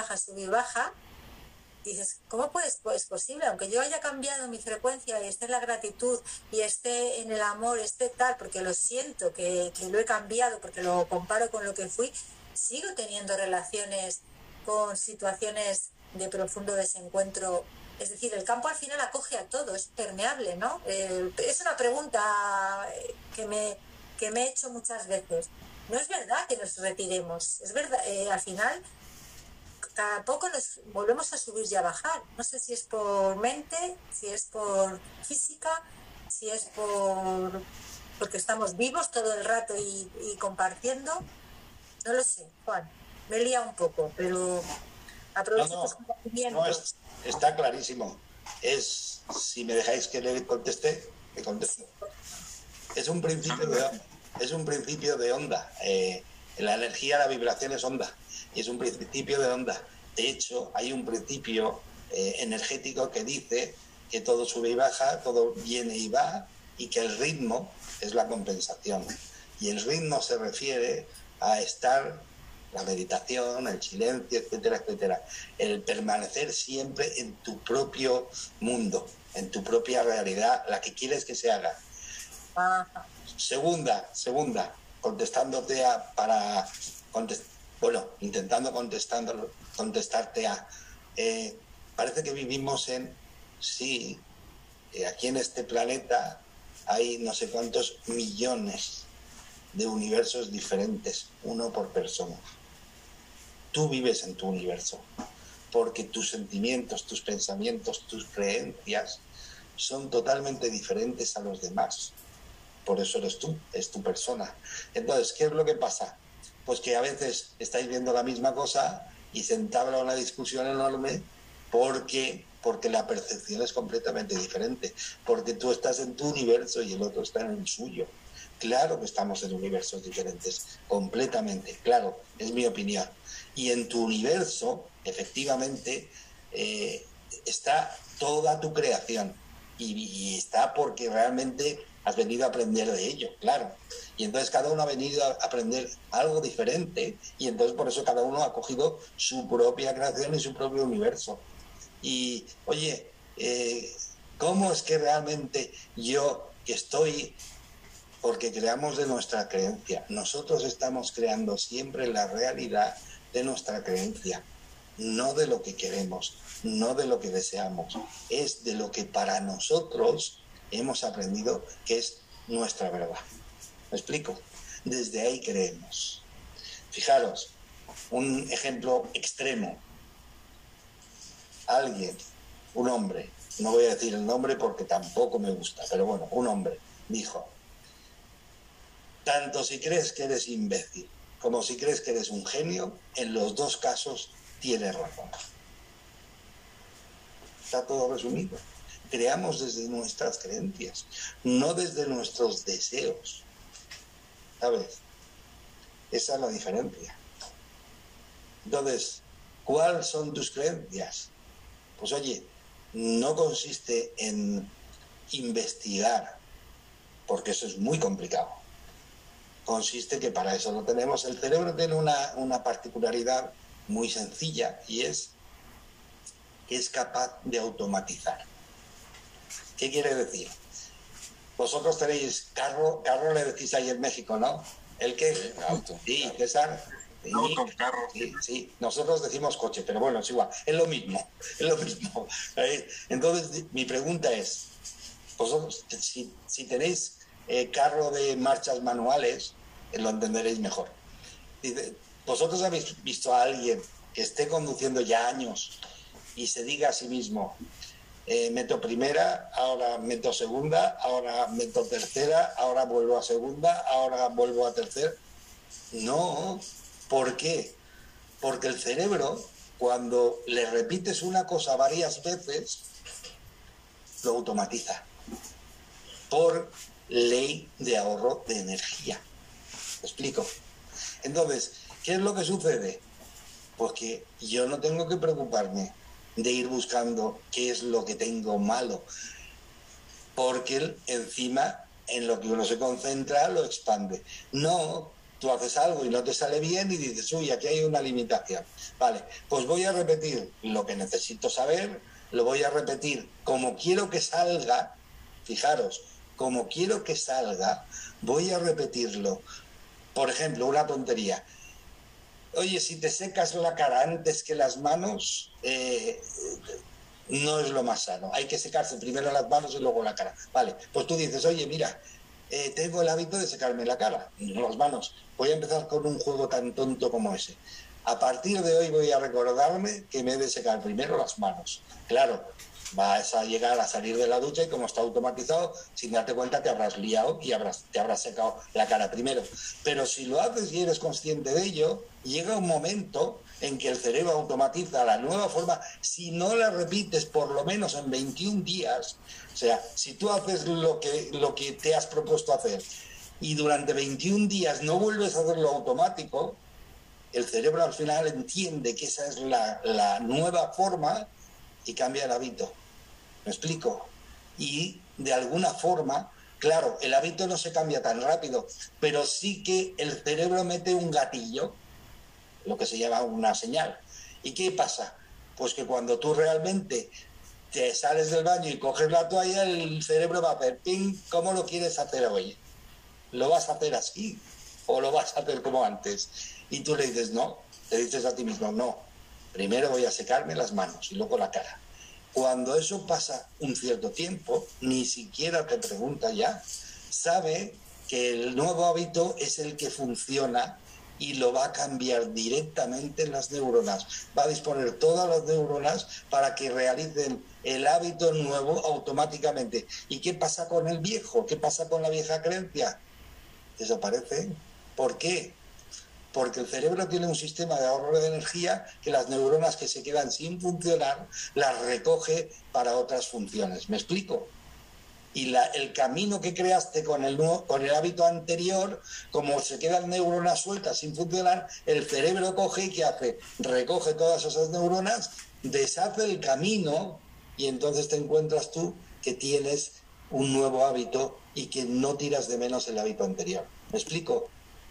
dices, ¿cómo es posible? Aunque yo haya cambiado mi frecuencia y esté en la gratitud y esté en el amor, esté tal, porque lo siento, que lo he cambiado, porque lo comparo con lo que fui, sigo teniendo relaciones con situaciones de profundo desencuentro. Es decir, el campo al final acoge a todo, es permeable, ¿no? Es una pregunta que me he hecho muchas veces. No es verdad que nos retiremos, es verdad, al final cada poco nos volvemos a subir y a bajar. No sé si es por mente, si es por física, si es porque estamos vivos todo el rato y compartiendo. No lo sé, Juan. Me he liado un poco, pero aprovecho tus conocimientos. No, está clarísimo. Si me dejáis que le conteste, me contesto. Es un principio de onda. La energía, la vibración es onda. Y es un principio de onda. De hecho, hay un principio energético que dice que todo sube y baja, todo viene y va, y que el ritmo es la compensación. Y el ritmo se refiere a estar, la meditación, el silencio, etcétera, etcétera. El permanecer siempre en tu propio mundo, en tu propia realidad, la que quieres que se haga. Segunda, contestándote intentando contestarte a... parece que vivimos aquí en este planeta hay no sé cuántos millones de universos diferentes, uno por persona. Tú vives en tu universo, porque tus sentimientos, tus pensamientos, tus creencias son totalmente diferentes a los demás. Por eso eres tú, es tu persona. Entonces, ¿qué es lo que pasa? Pues que a veces estáis viendo la misma cosa y se entabla una discusión enorme porque la percepción es completamente diferente, porque tú estás en tu universo y el otro está en el suyo. Claro que estamos en universos diferentes, completamente, claro, es mi opinión. Y en tu universo, efectivamente, está toda tu creación y está porque realmente has venido a aprender de ello, claro. Y entonces cada uno ha venido a aprender algo diferente y entonces por eso cada uno ha cogido su propia creación y su propio universo. Y, oye, ¿cómo es que realmente yo estoy? Porque creamos de nuestra creencia. Nosotros estamos creando siempre la realidad de nuestra creencia, no de lo que queremos, no de lo que deseamos. Es de lo que para nosotros hemos aprendido que es nuestra verdad. ¿Me explico? Desde ahí creemos. Fijaros, un ejemplo extremo. Alguien, un hombre, no voy a decir el nombre porque tampoco me gusta, pero bueno, un hombre dijo: tanto si crees que eres imbécil como si crees que eres un genio, en los dos casos tienes razón. Está todo resumido. Creamos desde nuestras creencias, no desde nuestros deseos. ¿Sabes? Esa es la diferencia. Entonces, ¿cuáles son tus creencias? Pues oye, no consiste en investigar, porque eso es muy complicado. Consiste que para eso lo tenemos. El cerebro tiene una particularidad muy sencilla y es que es capaz de automatizar. ¿Qué quiere decir? Vosotros tenéis carro le decís ahí en México, ¿no? ¿El qué? Sí, auto. Sí, Claro. César. Sí, auto, carro. Sí, nosotros decimos coche, pero bueno, es igual, es lo mismo. Entonces, mi pregunta es, vosotros, si tenéis carro de marchas manuales, lo entenderéis mejor. ¿Vosotros habéis visto a alguien que esté conduciendo ya años y se diga a sí mismo: meto primera, ahora meto segunda, ahora meto tercera, ahora vuelvo a segunda, ahora vuelvo a tercera? No. ¿Por qué? Porque el cerebro, cuando le repites una cosa varias veces, lo automatiza por ley de ahorro de energía. ¿Me explico? Entonces, ¿qué es lo que sucede? Pues que yo no tengo que preocuparme de ir buscando qué es lo que tengo malo, porque encima en lo que uno se concentra lo expande. No, tú haces algo y no te sale bien y dices: uy, aquí hay una limitación. Vale, pues voy a repetir lo que necesito saber, lo voy a repetir como quiero que salga. Fijaros, como quiero que salga, voy a repetirlo. Por ejemplo, una tontería: oye, si te secas la cara antes que las manos, no es lo más sano. Hay que secarse primero las manos y luego la cara. Vale, pues tú dices: oye, mira, tengo el hábito de secarme la cara, no las manos. Voy a empezar con un juego tan tonto como ese. A partir de hoy voy a recordarme que me he de secar primero las manos. Claro, vas a llegar a salir de la ducha y como está automatizado, sin darte cuenta te habrás liado y te habrás secado la cara primero. Pero si lo haces y eres consciente de ello, llega un momento en que el cerebro automatiza la nueva forma. Si no la repites por lo menos en 21 días, o sea, si tú haces lo que te has propuesto hacer y durante 21 días no vuelves a hacerlo automático, el cerebro al final entiende que esa es la nueva forma y cambia el hábito. ¿Me explico? Y de alguna forma Claro, el hábito no se cambia tan rápido, pero sí que el cerebro mete un gatillo, lo que se llama una señal. ¿Y qué pasa? Pues que cuando tú realmente te sales del baño y coges la toalla, el cerebro va a hacer ping, ¿cómo lo quieres hacer hoy? ¿Lo vas a hacer así o lo vas a hacer como antes? Y tú le dices no, te dices a ti mismo no, primero voy a secarme las manos y luego la cara. Cuando eso pasa un cierto tiempo, ni siquiera te pregunta ya, sabe que el nuevo hábito es el que funciona y lo va a cambiar directamente en las neuronas. Va a disponer todas las neuronas para que realicen el hábito nuevo automáticamente. ¿Y qué pasa con el viejo? ¿Qué pasa con la vieja creencia? Desaparece. ¿Por qué? Porque el cerebro tiene un sistema de ahorro de energía que las neuronas que se quedan sin funcionar las recoge para otras funciones. ¿Me explico? Y el camino que creaste con el hábito anterior, como se quedan neuronas sueltas sin funcionar, el cerebro coge y ¿qué hace? Recoge todas esas neuronas, deshace el camino y entonces te encuentras tú que tienes un nuevo hábito y que no tiras de menos el hábito anterior. ¿Me explico?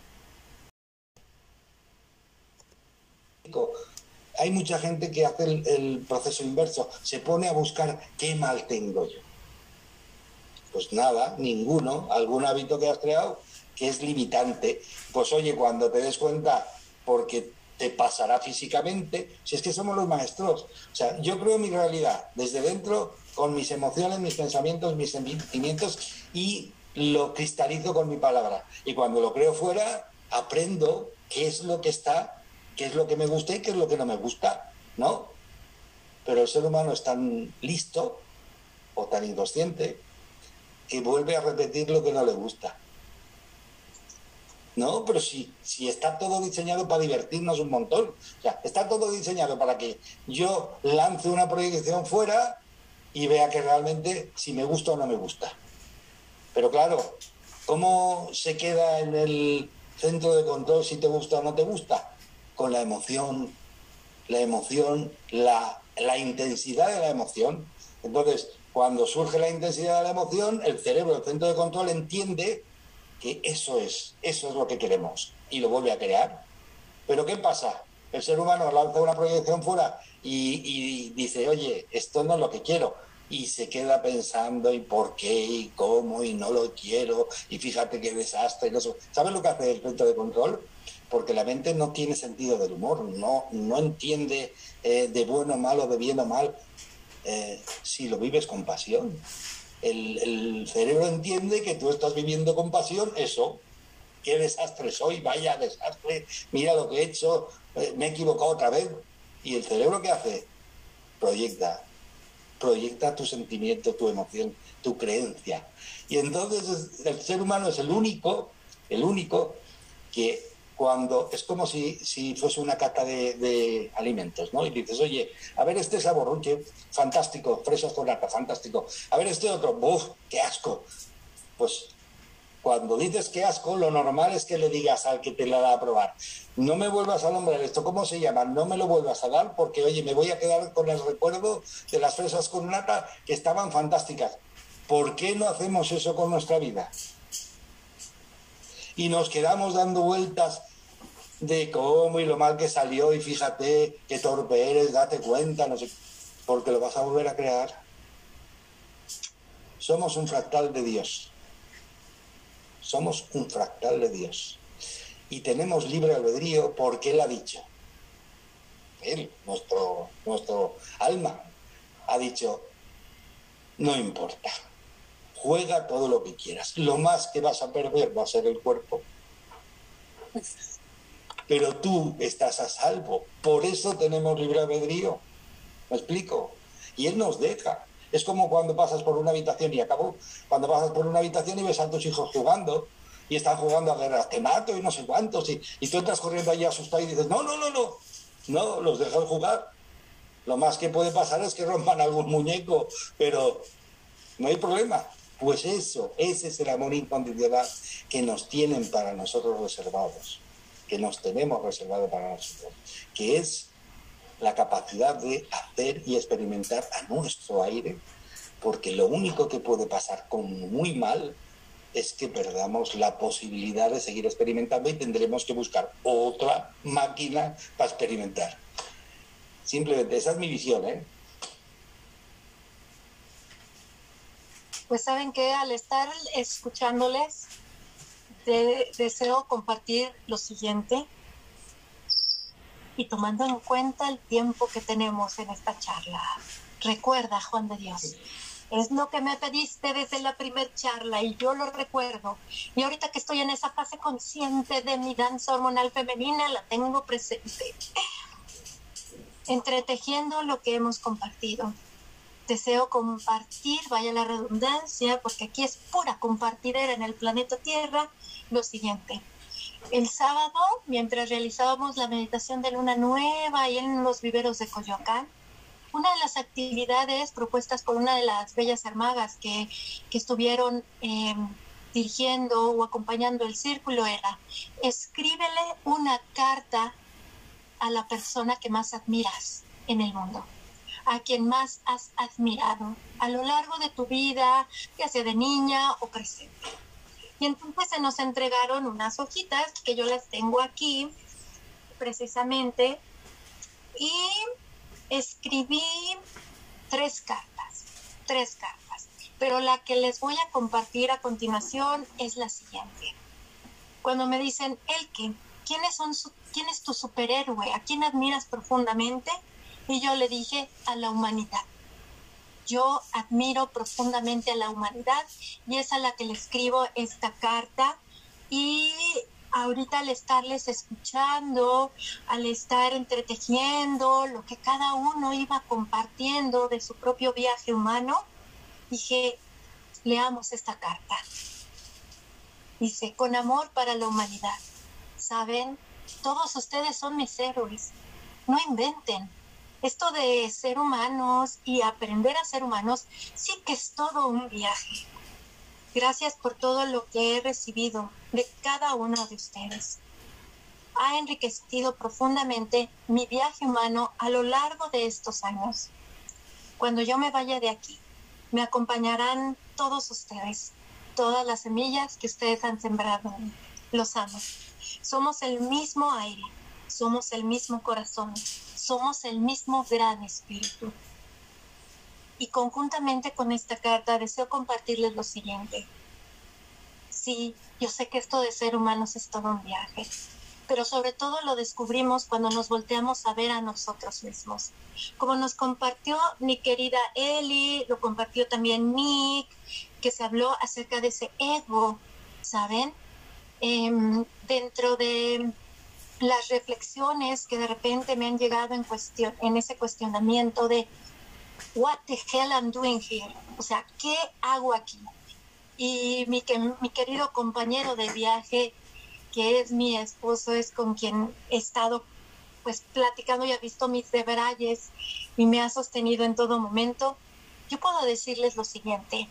Hay mucha gente que hace el proceso inverso, se pone a buscar qué mal tengo yo. Pues nada, ninguno, algún hábito que has creado que es limitante. Pues oye, cuando te des cuenta, porque te pasará físicamente, si es que somos los maestros. O sea, yo creo mi realidad desde dentro, con mis emociones, mis pensamientos, mis sentimientos, y lo cristalizo con mi palabra. Y cuando lo creo fuera, aprendo qué es lo que está, qué es lo que me gusta y qué es lo que no me gusta, ¿no? Pero el ser humano es tan listo o tan inconsciente que vuelve a repetir lo que no le gusta. No, pero si está todo diseñado para divertirnos un montón. O sea, está todo diseñado para que yo lance una proyección fuera y vea que realmente si me gusta o no me gusta. Pero claro, ¿cómo se queda en el centro de control si te gusta o no te gusta? Con la emoción, la intensidad de la emoción. Entonces, cuando surge la intensidad de la emoción, el cerebro, el centro de control, entiende que eso es lo que queremos y lo vuelve a crear. Pero ¿qué pasa? El ser humano lanza una proyección fuera y dice, oye, esto no es lo que quiero. Y se queda pensando y por qué y cómo y no lo quiero y fíjate qué desastre. ¿Sabes lo que hace el centro de control? Porque la mente no tiene sentido del humor, no entiende de bueno o malo, de bien o mal. Si lo vives con pasión. El cerebro entiende que tú estás viviendo con pasión eso. Qué desastre soy, vaya desastre, mira lo que he hecho, me he equivocado otra vez. ¿Y el cerebro qué hace? Proyecta tu sentimiento, tu emoción, tu creencia. Y entonces el ser humano es el único que cuando es como si fuese una cata de alimentos, ¿no? Y dices, oye, a ver este sabor, qué fantástico, fresas con nata, fantástico. A ver este otro, ¡buf! ¡Qué asco! Pues cuando dices qué asco, lo normal es que le digas al que te la da a probar, no me vuelvas a nombrar esto, ¿cómo se llama? No me lo vuelvas a dar porque, oye, me voy a quedar con el recuerdo de las fresas con nata que estaban fantásticas. ¿Por qué no hacemos eso con nuestra vida? Y nos quedamos dando vueltas de cómo y lo mal que salió y fíjate qué torpe eres, date cuenta, no sé, porque lo vas a volver a crear. Somos un fractal de Dios. Somos un fractal de Dios. Y tenemos libre albedrío porque Él ha dicho. Él, nuestro alma, ha dicho, no importa. Juega todo lo que quieras. Lo más que vas a perder va a ser el cuerpo. Pero tú estás a salvo. Por eso tenemos libre albedrío. ¿Me explico? Y Él nos deja. Es como cuando pasas por una habitación y acabó. Cuando pasas por una habitación y ves a tus hijos jugando y están jugando a guerras, te mato y no sé cuántos. Y tú entras corriendo allí asustado y dices, no, los dejas jugar. Lo más que puede pasar es que rompan algún muñeco, pero no hay problema. Pues ese es el amor incondicional que nos tienen para nosotros reservados, que nos tenemos reservado para nosotros, que es la capacidad de hacer y experimentar a nuestro aire, porque lo único que puede pasar con muy mal es que perdamos la posibilidad de seguir experimentando y tendremos que buscar otra máquina para experimentar. Simplemente esa es mi visión, ¿eh? Pues saben que al estar escuchándoles, deseo compartir lo siguiente y tomando en cuenta el tiempo que tenemos en esta charla. Recuerda, Juan de Dios, es lo que me pediste desde la primer charla y yo lo recuerdo. Y ahorita que estoy en esa fase consciente de mi danza hormonal femenina, la tengo presente. Entretejiendo lo que hemos compartido. Deseo compartir, vaya la redundancia, porque aquí es pura compartidera en el planeta Tierra, lo siguiente. El sábado, mientras realizábamos la meditación de luna nueva ahí en los viveros de Coyoacán, una de las actividades propuestas por una de las bellas hermagas que estuvieron dirigiendo o acompañando el círculo era: escríbele una carta a la persona que más admiras en el mundo, a quien más has admirado a lo largo de tu vida, ya sea de niña o presente. Y entonces se nos entregaron unas hojitas que yo las tengo aquí precisamente y escribí tres cartas, pero la que les voy a compartir a continuación es la siguiente. Cuando me dicen, Elke, ¿quién es tu superhéroe? ¿A quién admiras profundamente? Y yo le dije, a la humanidad. Yo admiro profundamente a la humanidad y es a la que le escribo esta carta. Y ahorita al estarles escuchando, al estar entretejiendo lo que cada uno iba compartiendo de su propio viaje humano, dije, leamos esta carta. Dice, con amor para la humanidad. ¿Saben? Todos ustedes son mis héroes. No inventen. Esto de ser humanos y aprender a ser humanos sí que es todo un viaje. Gracias por todo lo que he recibido de cada uno de ustedes. Ha enriquecido profundamente mi viaje humano a lo largo de estos años. Cuando yo me vaya de aquí, me acompañarán todos ustedes, todas las semillas que ustedes han sembrado. Los amo. Somos el mismo aire, somos el mismo corazón. Somos el mismo gran espíritu. Y conjuntamente con esta carta deseo compartirles lo siguiente. Sí, yo sé que esto de ser humanos es todo un viaje, pero sobre todo lo descubrimos cuando nos volteamos a ver a nosotros mismos. Como nos compartió mi querida Eli, lo compartió también Nick, que se habló acerca de ese ego, ¿saben? Dentro de las reflexiones que de repente me han llegado en ese cuestionamiento de what the hell I'm doing here, o sea, ¿qué hago aquí? Y mi querido compañero de viaje, que es mi esposo, es con quien he estado pues platicando y ha visto mis debrayes y me ha sostenido en todo momento. Yo puedo decirles lo siguiente.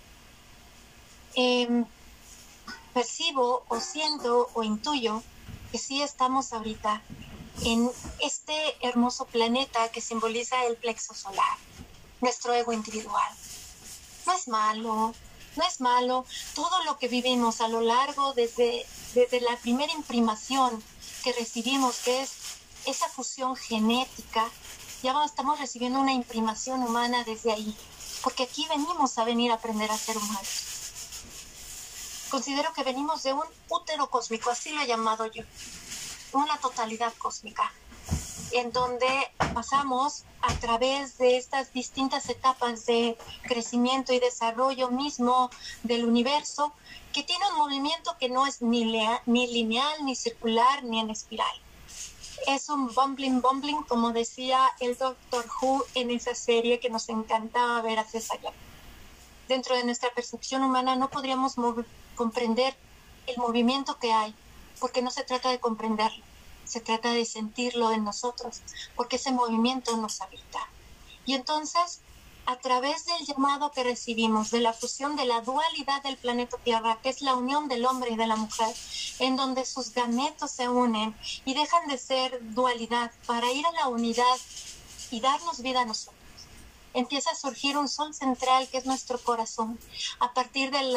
Percibo o siento o intuyo que sí estamos ahorita en este hermoso planeta que simboliza el plexo solar, nuestro ego individual. No es malo, todo lo que vivimos a lo largo desde la primera imprimación que recibimos, que es esa fusión genética, ya estamos recibiendo una imprimación humana desde ahí, porque aquí venimos a aprender a ser humanos. Considero que venimos de un útero cósmico, así lo he llamado yo, una totalidad cósmica, en donde pasamos a través de estas distintas etapas de crecimiento y desarrollo mismo del universo, que tiene un movimiento que no es ni lineal, ni circular, ni en espiral. Es un bumbling, como decía el Doctor Who en esa serie que nos encantaba ver hace años. Dentro de nuestra percepción humana no podríamos comprender el movimiento que hay, porque no se trata de comprenderlo, se trata de sentirlo en nosotros, porque ese movimiento nos habita. Y entonces, a través del llamado que recibimos, de la fusión de la dualidad del planeta Tierra, que es la unión del hombre y de la mujer, en donde sus gametos se unen y dejan de ser dualidad para ir a la unidad y darnos vida a nosotros, empieza a surgir un sol central que es nuestro corazón, a partir de los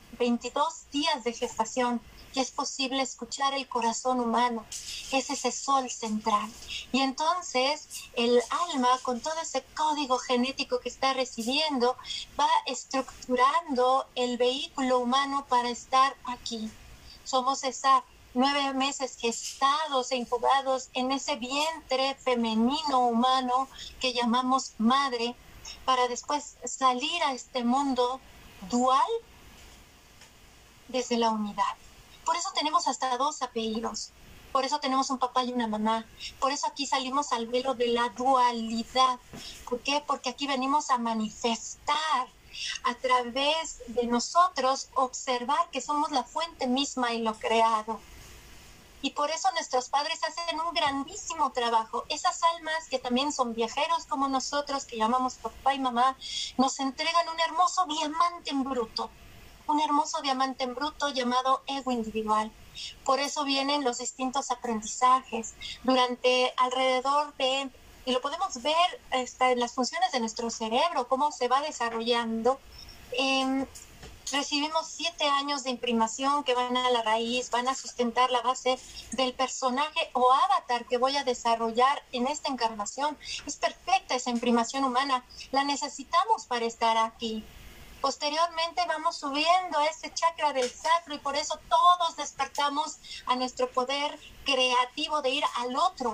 22 días de gestación y es posible escuchar el corazón humano. Es ese sol central. Y entonces el alma, con todo ese código genético que está recibiendo, va estructurando el vehículo humano para estar aquí. Somos esa 9 meses gestados e incubados en ese vientre femenino humano que llamamos madre, para después salir a este mundo dual desde la unidad. Por eso tenemos hasta 2 apellidos, por eso tenemos un papá y una mamá, por eso aquí salimos al velo de la dualidad. ¿Por qué? Porque aquí venimos a manifestar a través de nosotros, observar que somos la fuente misma y lo creado. Y por eso nuestros padres hacen un grandísimo trabajo. Esas almas que también son viajeros como nosotros, que llamamos papá y mamá, nos entregan un hermoso diamante en bruto. Un hermoso diamante en bruto llamado ego individual. Por eso vienen los distintos aprendizajes durante alrededor de, y lo podemos ver en las funciones de nuestro cerebro, cómo se va desarrollando. Recibimos 7 años de imprimación que van a la raíz, van a sustentar la base del personaje o avatar que voy a desarrollar en esta encarnación. Es perfecta esa imprimación humana, la necesitamos para estar aquí. Posteriormente vamos subiendo a ese chakra del sacro y por eso todos despertamos a nuestro poder creativo de ir al otro.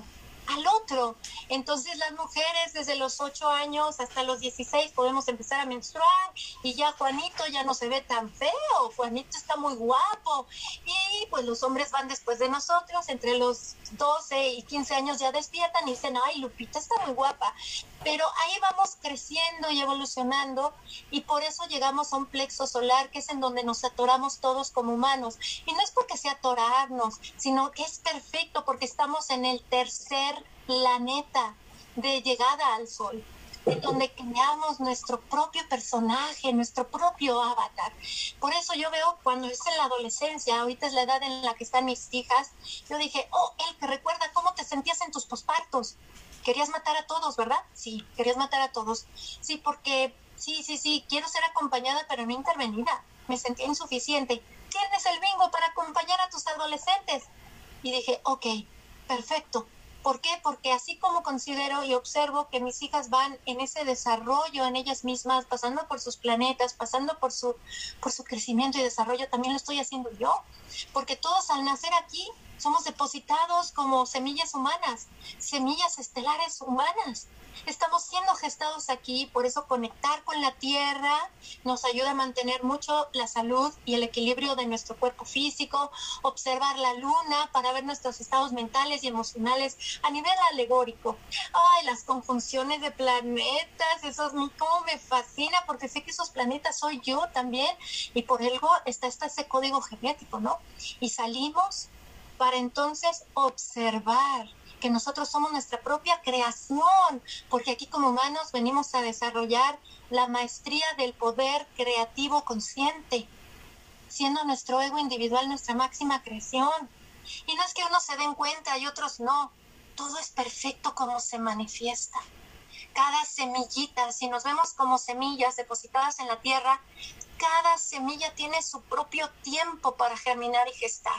Entonces las mujeres desde los 8 años hasta los 16 podemos empezar a menstruar y ya Juanito ya no se ve tan feo, Juanito está muy guapo, y pues los hombres van después de nosotros, entre los 12 y 15 años ya despiertan y dicen, ay, Lupita está muy guapa, pero ahí vamos creciendo y evolucionando y por eso llegamos a un plexo solar que es en donde nos atoramos todos como humanos, y no es porque sea atorarnos, sino que es perfecto porque estamos en el tercer planeta de llegada al sol, en donde creamos nuestro propio personaje, nuestro propio avatar. Por eso yo veo cuando es en la adolescencia, ahorita es la edad en la que están mis hijas, yo dije, que recuerda cómo te sentías en tus pospartos. Querías matar a todos, ¿verdad? Sí, querías matar a todos. Sí, porque sí, quiero ser acompañada, pero no intervenida. Me sentía insuficiente. ¿Tienes el bingo para acompañar a tus adolescentes? Y dije, ok, perfecto. ¿Por qué? Porque así como considero y observo que mis hijas van en ese desarrollo en ellas mismas, pasando por sus planetas, pasando por su crecimiento y desarrollo, también lo estoy haciendo yo. Porque todos al nacer aquí somos depositados como semillas humanas, semillas estelares humanas. Estamos siendo gestados aquí, por eso conectar con la tierra nos ayuda a mantener mucho la salud y el equilibrio de nuestro cuerpo físico, observar la luna para ver nuestros estados mentales y emocionales a nivel alegórico. Ay, las conjunciones de planetas, eso como me fascina, porque sé que esos planetas soy yo también, y por algo está ese código genético, ¿no? Y salimos para entonces observar que nosotros somos nuestra propia creación, porque aquí como humanos venimos a desarrollar la maestría del poder creativo consciente, siendo nuestro ego individual nuestra máxima creación. Y no es que unos se den cuenta y otros no, todo es perfecto como se manifiesta. Cada semillita, si nos vemos como semillas depositadas en la tierra, cada semilla tiene su propio tiempo para germinar y gestar.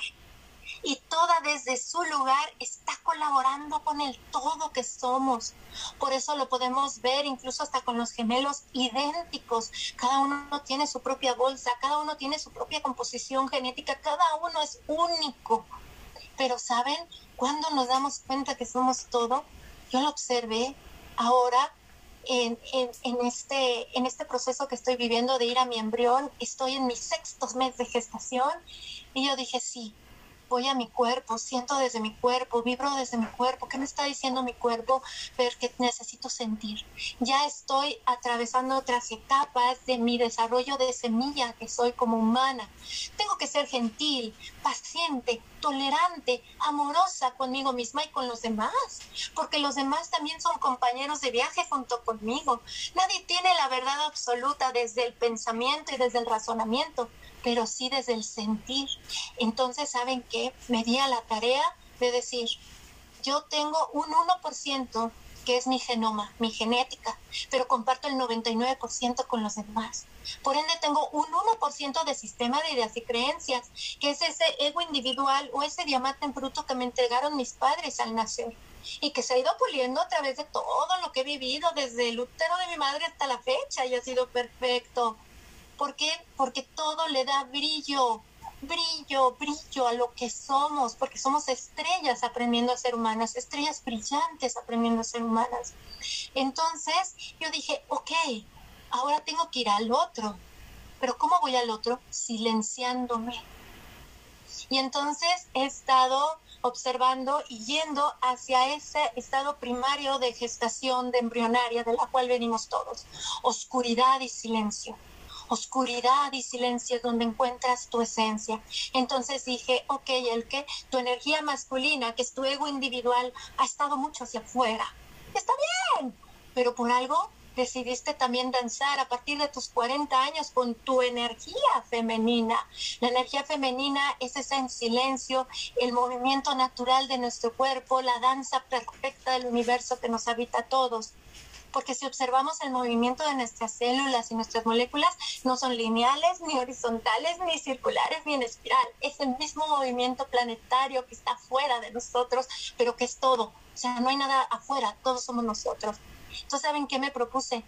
Y toda desde su lugar está colaborando con el todo que somos. Por eso lo podemos ver incluso hasta con los gemelos idénticos. Cada uno tiene su propia bolsa, cada uno tiene su propia composición genética, cada uno es único. Pero ¿saben cuándo nos damos cuenta que somos todo? Yo lo observé ahora en este proceso que estoy viviendo de ir a mi embrión. Estoy en mi 6º mes de gestación y yo dije, sí, voy a mi cuerpo, siento desde mi cuerpo, vibro desde mi cuerpo. ¿Qué me está diciendo mi cuerpo? Ver que necesito sentir. Ya estoy atravesando otras etapas de mi desarrollo de semilla que soy como humana. Tengo que ser gentil, paciente, tolerante, amorosa conmigo misma y con los demás, porque los demás también son compañeros de viaje junto conmigo. Nadie tiene la verdad absoluta desde el pensamiento y desde el razonamiento, pero sí desde el sentir. Entonces, ¿saben qué? Me di a la tarea de decir, yo tengo un 1% que es mi genoma, mi genética, pero comparto el 99% con los demás. Por ende, tengo un 1% de sistema de ideas y creencias, que es ese ego individual o ese diamante en bruto que me entregaron mis padres al nacer y que se ha ido puliendo a través de todo lo que he vivido, desde el útero de mi madre hasta la fecha, y ha sido perfecto. ¿Por qué? Porque todo le da brillo a lo que somos, porque somos estrellas aprendiendo a ser humanas, estrellas brillantes aprendiendo a ser humanas. Entonces yo dije, ok, ahora tengo que ir al otro, pero ¿cómo voy al otro? Silenciándome. Y entonces he estado observando y yendo hacia ese estado primario de gestación, de embrionaria, de la cual venimos todos, oscuridad y silencio. Oscuridad y silencio es donde encuentras tu esencia. Entonces dije, ok, el que tu energía masculina, que es tu ego individual, ha estado mucho hacia afuera. Está bien, pero por algo decidiste también danzar a partir de tus 40 años con tu energía femenina. La energía femenina es esa en silencio, el movimiento natural de nuestro cuerpo, la danza perfecta del universo que nos habita a todos. Porque si observamos el movimiento de nuestras células y nuestras moléculas, no son lineales, ni horizontales, ni circulares, ni en espiral. Es el mismo movimiento planetario que está fuera de nosotros, pero que es todo. O sea, no hay nada afuera, todos somos nosotros. Entonces, ¿saben qué me propuse?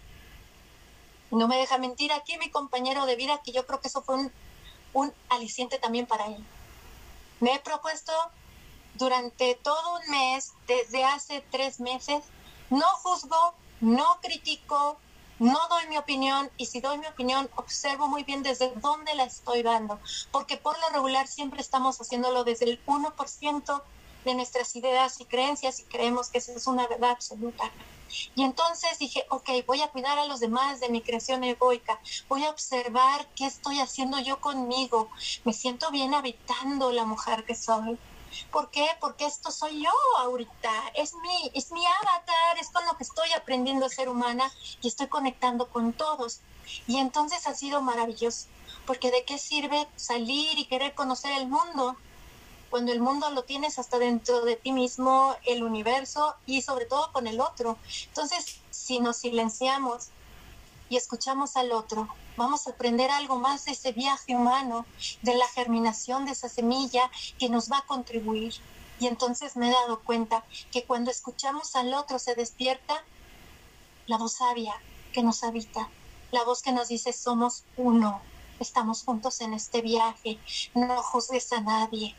No me deja mentir aquí mi compañero de vida, que yo creo que eso fue un aliciente también para él. Me he propuesto durante todo un mes, desde hace 3 meses, no juzgo, no critico, no doy mi opinión, y si doy mi opinión, observo muy bien desde dónde la estoy dando, porque por lo regular siempre estamos haciéndolo desde el 1% de nuestras ideas y creencias y creemos que esa es una verdad absoluta. Y entonces dije, ok, voy a cuidar a los demás de mi creación egoica, voy a observar qué estoy haciendo yo conmigo, me siento bien habitando la mujer que soy. ¿Por qué? Porque esto soy yo ahorita, es mi avatar, es con lo que estoy aprendiendo a ser humana y estoy conectando con todos. Y entonces ha sido maravilloso, porque ¿de qué sirve salir y querer conocer el mundo cuando el mundo lo tienes hasta dentro de ti mismo, el universo y sobre todo con el otro? Entonces, si nos silenciamos y escuchamos al otro, vamos a aprender algo más de ese viaje humano, de la germinación de esa semilla que nos va a contribuir. Y entonces me he dado cuenta que cuando escuchamos al otro se despierta la voz sabia que nos habita, la voz que nos dice somos uno, estamos juntos en este viaje, no juzgues a nadie,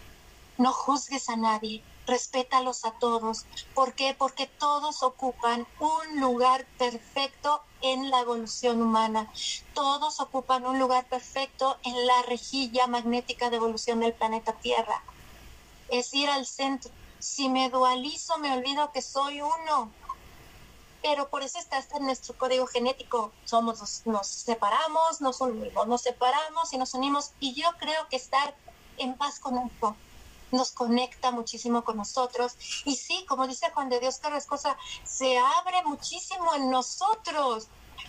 no juzgues a nadie. Respétalos a todos. ¿Por qué? Porque todos ocupan un lugar perfecto en la evolución humana. Todos ocupan un lugar perfecto en la rejilla magnética de evolución del planeta Tierra. Es ir al centro. Si me dualizo, me olvido que soy uno. Pero por eso está en nuestro código genético. Nos separamos, nos unimos, nos separamos y nos unimos. Y yo creo que estar en paz con esto nos conecta muchísimo con nosotros. Y sí, como dice Juan de Dios Carrascosa, se abre muchísimo en nosotros.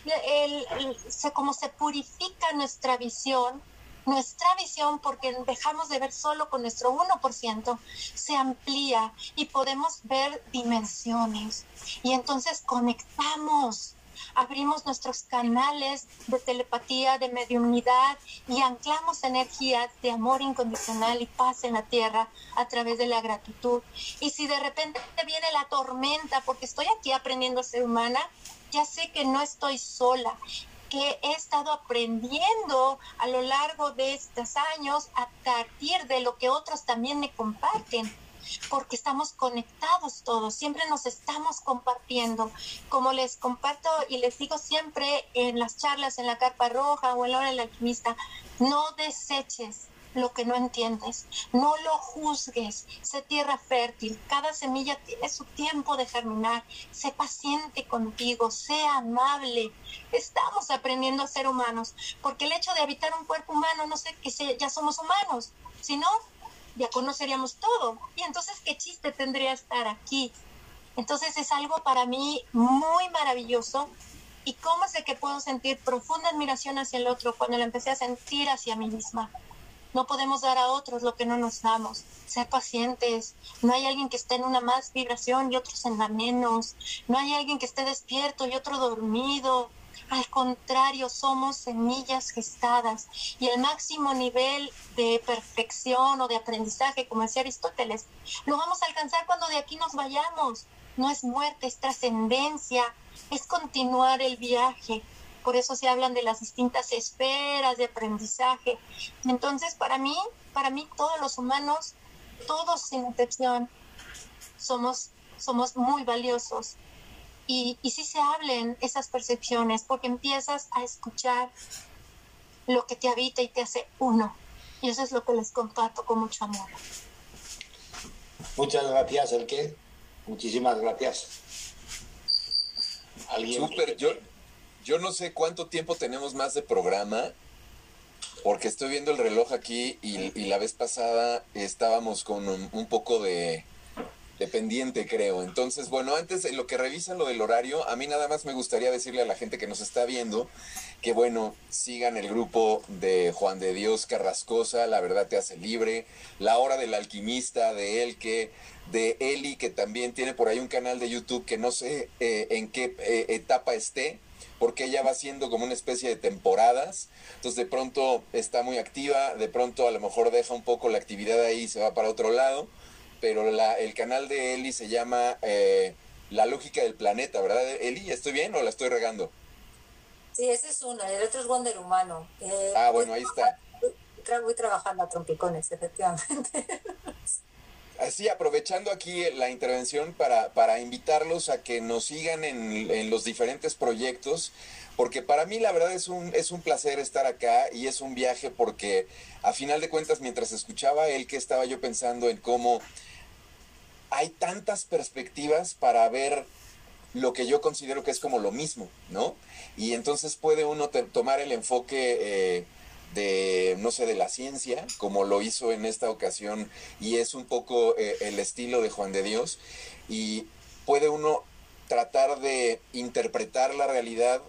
Como se purifica nuestra visión, porque dejamos de ver solo con nuestro 1%, se amplía y podemos ver dimensiones. Y entonces conectamos, abrimos nuestros canales de telepatía, de mediunidad y anclamos energías de amor incondicional y paz en la tierra a través de la gratitud. Y si de repente viene la tormenta, porque estoy aquí aprendiendo a ser humana, ya sé que no estoy sola, que he estado aprendiendo a lo largo de estos años a partir de lo que otros también me comparten, porque estamos conectados todos, siempre nos estamos compartiendo. Como les comparto y les digo siempre en las charlas en la Carpa Roja o en la Hora del Alquimista, no deseches lo que no entiendes, no lo juzgues, sé tierra fértil, cada semilla tiene su tiempo de germinar, sé paciente contigo, sé amable. Estamos aprendiendo a ser humanos, porque el hecho de habitar un cuerpo humano no sé que ya somos humanos, si no, ya conoceríamos todo, y entonces qué chiste tendría estar aquí. Entonces es algo para mí muy maravilloso. Y cómo sé que puedo sentir profunda admiración hacia el otro cuando lo empecé a sentir hacia mí misma. No podemos dar a otros lo que no nos damos. Ser pacientes. No hay alguien que esté en una más vibración y otros en la menos. No hay alguien que esté despierto y otro dormido. Al contrario, somos semillas gestadas y el máximo nivel de perfección o de aprendizaje, como decía Aristóteles, lo vamos a alcanzar cuando de aquí nos vayamos. No es muerte, es trascendencia, es continuar el viaje. Por eso se hablan de las distintas esferas de aprendizaje. Entonces, para mí todos los humanos, todos sin excepción, somos muy valiosos. Y sí se hablen esas percepciones, porque empiezas a escuchar lo que te habita y te hace uno. Y eso es lo que les comparto con mucho amor. Muchas gracias, Elke. Muchísimas gracias. Súper, yo no sé cuánto tiempo tenemos más de programa, porque estoy viendo el reloj aquí y la vez pasada estábamos con un poco de pendiente, creo. Entonces, bueno, antes de lo que revisan lo del horario, a mí nada más me gustaría decirle a la gente que nos está viendo que, bueno, sigan el grupo de Juan de Dios Carrascosa, La Verdad Te Hace Libre, La Hora del Alquimista, de Elke, de Eli, que también tiene por ahí un canal de YouTube que no sé en qué etapa esté, porque ella va haciendo como una especie de temporadas. Entonces de pronto está muy activa, de pronto a lo mejor deja un poco la actividad ahí y se va para otro lado, pero el canal de Eli se llama La Lógica del Planeta, ¿verdad, Eli? ¿Estoy bien o la estoy regando? Sí, ese es uno, el otro es Wonder Humano. Bueno, ahí está. Voy trabajando a trompicones, efectivamente. Así, aprovechando aquí la intervención para invitarlos a que nos sigan en los diferentes proyectos, porque para mí la verdad es un placer estar acá y es un viaje porque a final de cuentas mientras escuchaba él que estaba yo pensando en cómo hay tantas perspectivas para ver lo que yo considero que es como lo mismo, ¿no? Y entonces puede uno tomar el enfoque de, no sé, de la ciencia, como lo hizo en esta ocasión, y es un poco el estilo de Juan de Dios, y puede uno tratar de interpretar la realidad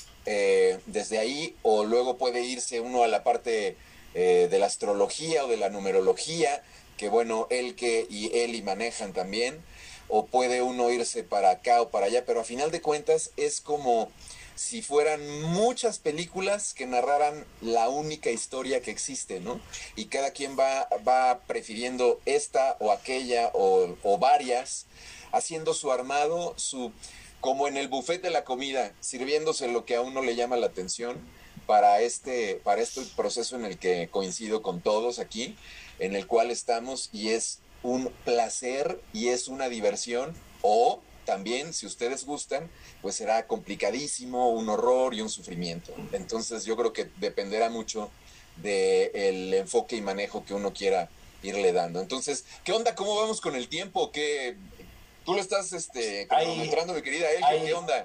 desde ahí, o luego puede irse uno a la parte de la astrología o de la numerología, que bueno, Elke y Eli manejan también, o puede uno irse para acá o para allá, pero a final de cuentas es como si fueran muchas películas que narraran la única historia que existe, ¿no? Y cada quien va prefiriendo esta o aquella o varias, haciendo su armado, como en el buffet de la comida, sirviéndose lo que a uno le llama la atención para este proceso en el que coincido con todos aquí, en el cual estamos, y es un placer y es una diversión, o también, si ustedes gustan, pues será complicadísimo, un horror y un sufrimiento. Entonces yo creo que dependerá mucho del enfoque y manejo que uno quiera irle dando. Entonces, ¿qué onda? ¿Cómo vamos con el tiempo? ¿Tú lo estás cronometrando, mi querida Elke? ¿Qué onda?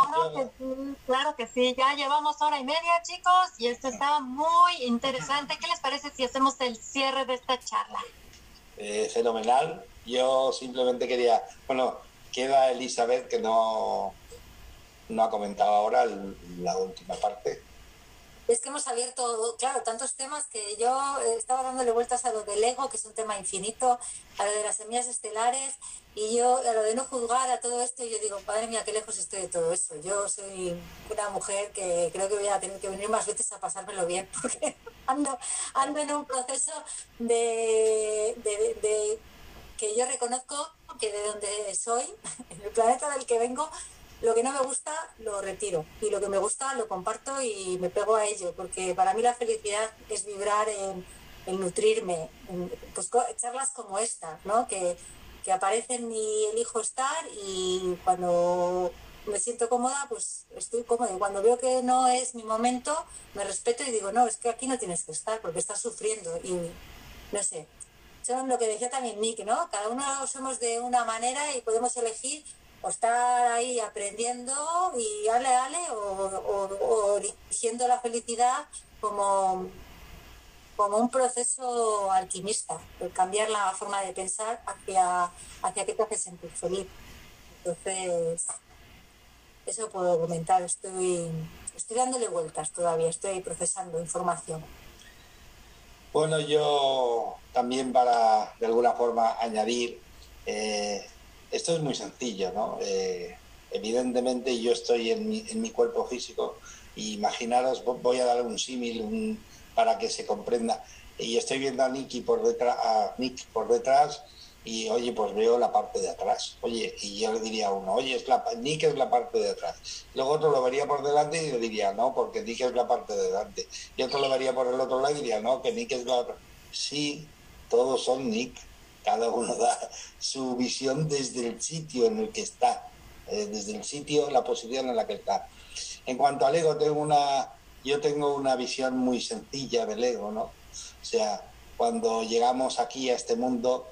Claro que sí, ya llevamos 1:30, chicos, y esto está muy interesante. ¿Qué les parece si hacemos el cierre de esta charla? Fenomenal. Yo simplemente quería, queda Elizabeth que no ha comentado ahora la última parte. Es que hemos abierto, claro, tantos temas que yo estaba dándole vueltas a lo del ego, que es un tema infinito, a lo de las semillas estelares, y yo a lo de no juzgar a todo esto, yo digo, madre mía, qué lejos estoy de todo eso. Yo soy una mujer que creo que voy a tener que venir más veces a pasármelo bien, porque ando en un proceso de que yo reconozco que de donde soy, en el planeta del que vengo, lo que no me gusta lo retiro y lo que me gusta lo comparto y me pego a ello, porque para mí la felicidad es vibrar en nutrirme, pues charlas como esta, ¿no? Que aparecen y elijo estar, y cuando me siento cómoda, pues estoy cómoda, y cuando veo que no es mi momento, me respeto y digo, no, es que aquí no tienes que estar porque estás sufriendo, y no sé. Son lo que decía también Nick, ¿no? Cada uno somos de una manera y podemos elegir o estar ahí aprendiendo y o dirigiendo la felicidad como un proceso alquimista, cambiar la forma de pensar hacia qué te hace sentir feliz. Entonces, eso puedo comentar. Estoy dándole vueltas todavía, estoy procesando información. Bueno, yo también para de alguna forma añadir, esto es muy sencillo, ¿no? Evidentemente yo estoy en mi cuerpo físico y imaginaros, voy a dar un símil para que se comprenda, y estoy viendo a Nick por detrás y oye, pues veo la parte de atrás, oye, y yo le diría a uno, oye, Nick es la parte de atrás, luego otro lo vería por delante y le diría, no, porque Nick es la parte de delante, y otro lo vería por el otro lado y diría, no, que Nick es la otra. Sí, todos son Nick, cada uno da su visión desde el sitio en el que está, desde el sitio, la posición en la que está. En cuanto al ego, yo tengo una visión muy sencilla del ego, ¿no? O sea, cuando llegamos aquí a este mundo,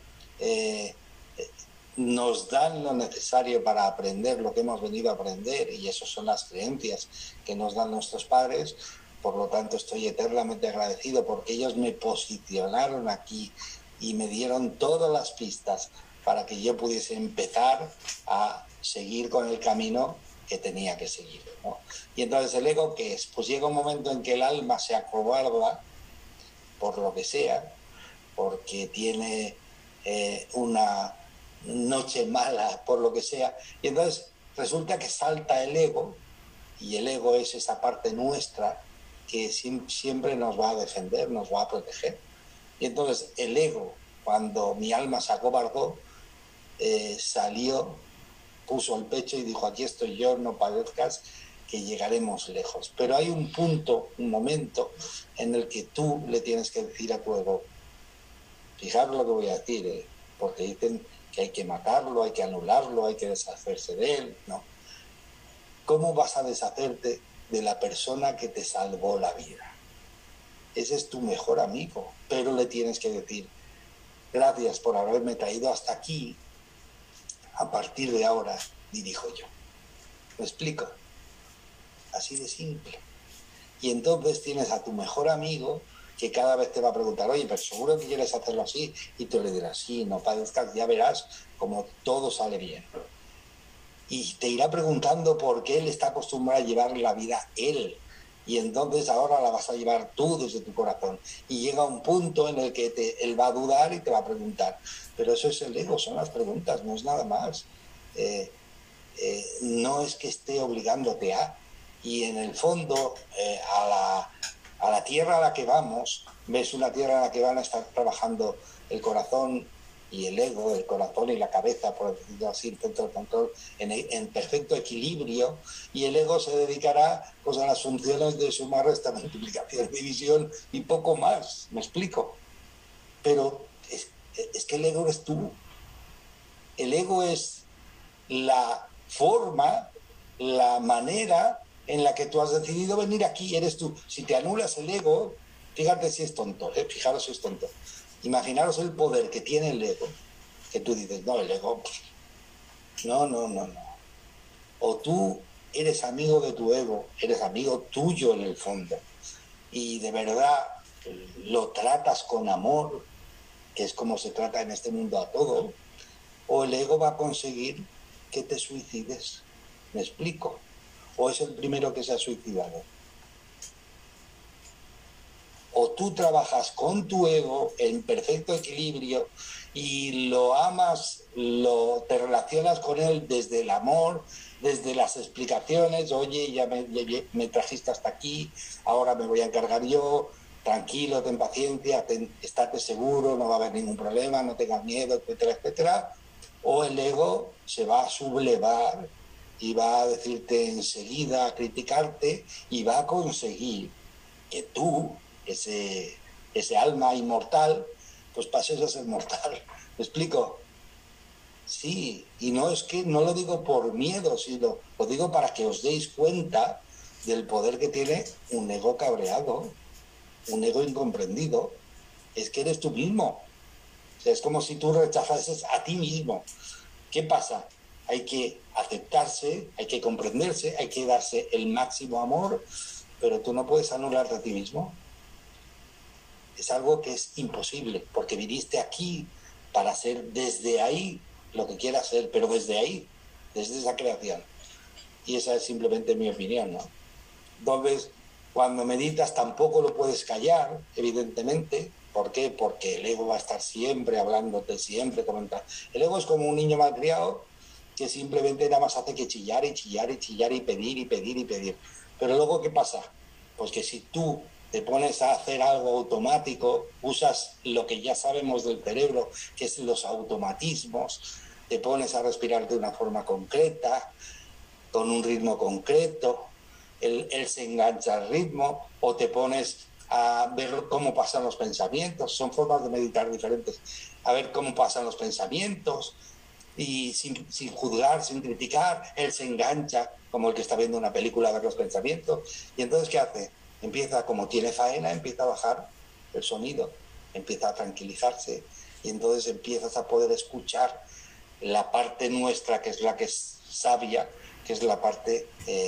nos dan lo necesario para aprender lo que hemos venido a aprender, y eso son las creencias que nos dan nuestros padres. Por lo tanto, estoy eternamente agradecido porque ellos me posicionaron aquí y me dieron todas las pistas para que yo pudiese empezar a seguir con el camino que tenía que seguir, ¿no? Y entonces el ego, ¿qué es? Pues llega un momento en que el alma se acobarda por lo que sea, porque tiene una noche mala, por lo que sea, y entonces resulta que salta el ego, y el ego es esa parte nuestra que siempre nos va a defender, nos va a proteger. Y entonces el ego, cuando mi alma se acobardó, salió, puso el pecho y dijo, aquí estoy yo, no padezcas, que llegaremos lejos. Pero hay un punto, un momento, en el que tú le tienes que decir a tu ego, fijaros lo que voy a decir, porque dicen que hay que matarlo, hay que anularlo, hay que deshacerse de él, ¿no? ¿Cómo vas a deshacerte de la persona que te salvó la vida? Ese es tu mejor amigo, pero le tienes que decir, gracias por haberme traído hasta aquí, a partir de ahora dirijo yo. ¿Me explico? Así de simple. Y entonces tienes a tu mejor amigo que cada vez te va a preguntar, oye, pero seguro que quieres hacerlo así, y tú le dirás, sí, no padezcas, ya verás como todo sale bien. Y te irá preguntando por qué él está acostumbrado a llevar la vida él, y entonces ahora la vas a llevar tú desde tu corazón. Y llega un punto en el que él va a dudar y te va a preguntar. Pero eso es el ego, son las preguntas, no es nada más. No es que esté obligándote a. Y en el fondo, a la tierra a la que vamos, ves una tierra en la que van a estar trabajando el corazón y el ego, el corazón y la cabeza, por decirlo así, centro de control, en perfecto equilibrio, y el ego se dedicará pues, a las funciones de suma, resta, multiplicación, división y poco más, ¿me explico? Pero es que el ego eres tú. El ego es la forma, la manera en la que tú has decidido venir aquí, eres tú. Si te anulas el ego, fíjate si es tonto, fijaros si es tonto. Imaginaros el poder que tiene el ego, que tú dices, no, el ego, no. O tú eres amigo de tu ego, eres amigo tuyo en el fondo, y de verdad lo tratas con amor, que es como se trata en este mundo a todo, o el ego va a conseguir que te suicides. ¿Me explico? O es el primero que se ha suicidado. O tú trabajas con tu ego en perfecto equilibrio y lo amas, te relacionas con él desde el amor, desde las explicaciones, oye, ya me trajiste hasta aquí, ahora me voy a encargar yo, tranquilo, ten paciencia, estate seguro, no va a haber ningún problema, no tengas miedo, etcétera, etcétera. O el ego se va a sublevar y va a decirte enseguida, a criticarte, y va a conseguir que tú, ese alma inmortal, pues pases a ser mortal. ¿Me explico? Sí, y no es que no lo digo por miedo, sino lo digo para que os deis cuenta del poder que tiene un ego cabreado, un ego incomprendido. Es que eres tú mismo. O sea, es como si tú rechazases a ti mismo. ¿Qué pasa? Hay que aceptarse, hay que comprenderse, hay que darse el máximo amor, pero tú no puedes anularte a ti mismo. Es algo que es imposible, porque viniste aquí para ser desde ahí lo que quieras ser, pero desde ahí, desde esa creación. Y esa es simplemente mi opinión, ¿no? Entonces, cuando meditas tampoco lo puedes callar, evidentemente, ¿Por qué? Porque el ego va a estar siempre hablándote, siempre comentando. El ego es como un niño malcriado que simplemente nada más hace que chillar y chillar y chillar y pedir y pedir y pedir. Pero luego, ¿qué pasa? Pues que si tú te pones a hacer algo automático, usas lo que ya sabemos del cerebro, que es los automatismos, te pones a respirar de una forma concreta, con un ritmo concreto, él se engancha al ritmo, o te pones a ver cómo pasan los pensamientos, son formas de meditar diferentes, a ver cómo pasan los pensamientos, y sin juzgar, sin criticar, él se engancha, como el que está viendo una película, a ver los pensamientos, y entonces ¿qué hace? Empieza, como tiene faena, empieza a bajar el sonido, empieza a tranquilizarse, y entonces empiezas a poder escuchar la parte nuestra, que es la que es sabia, que es la parte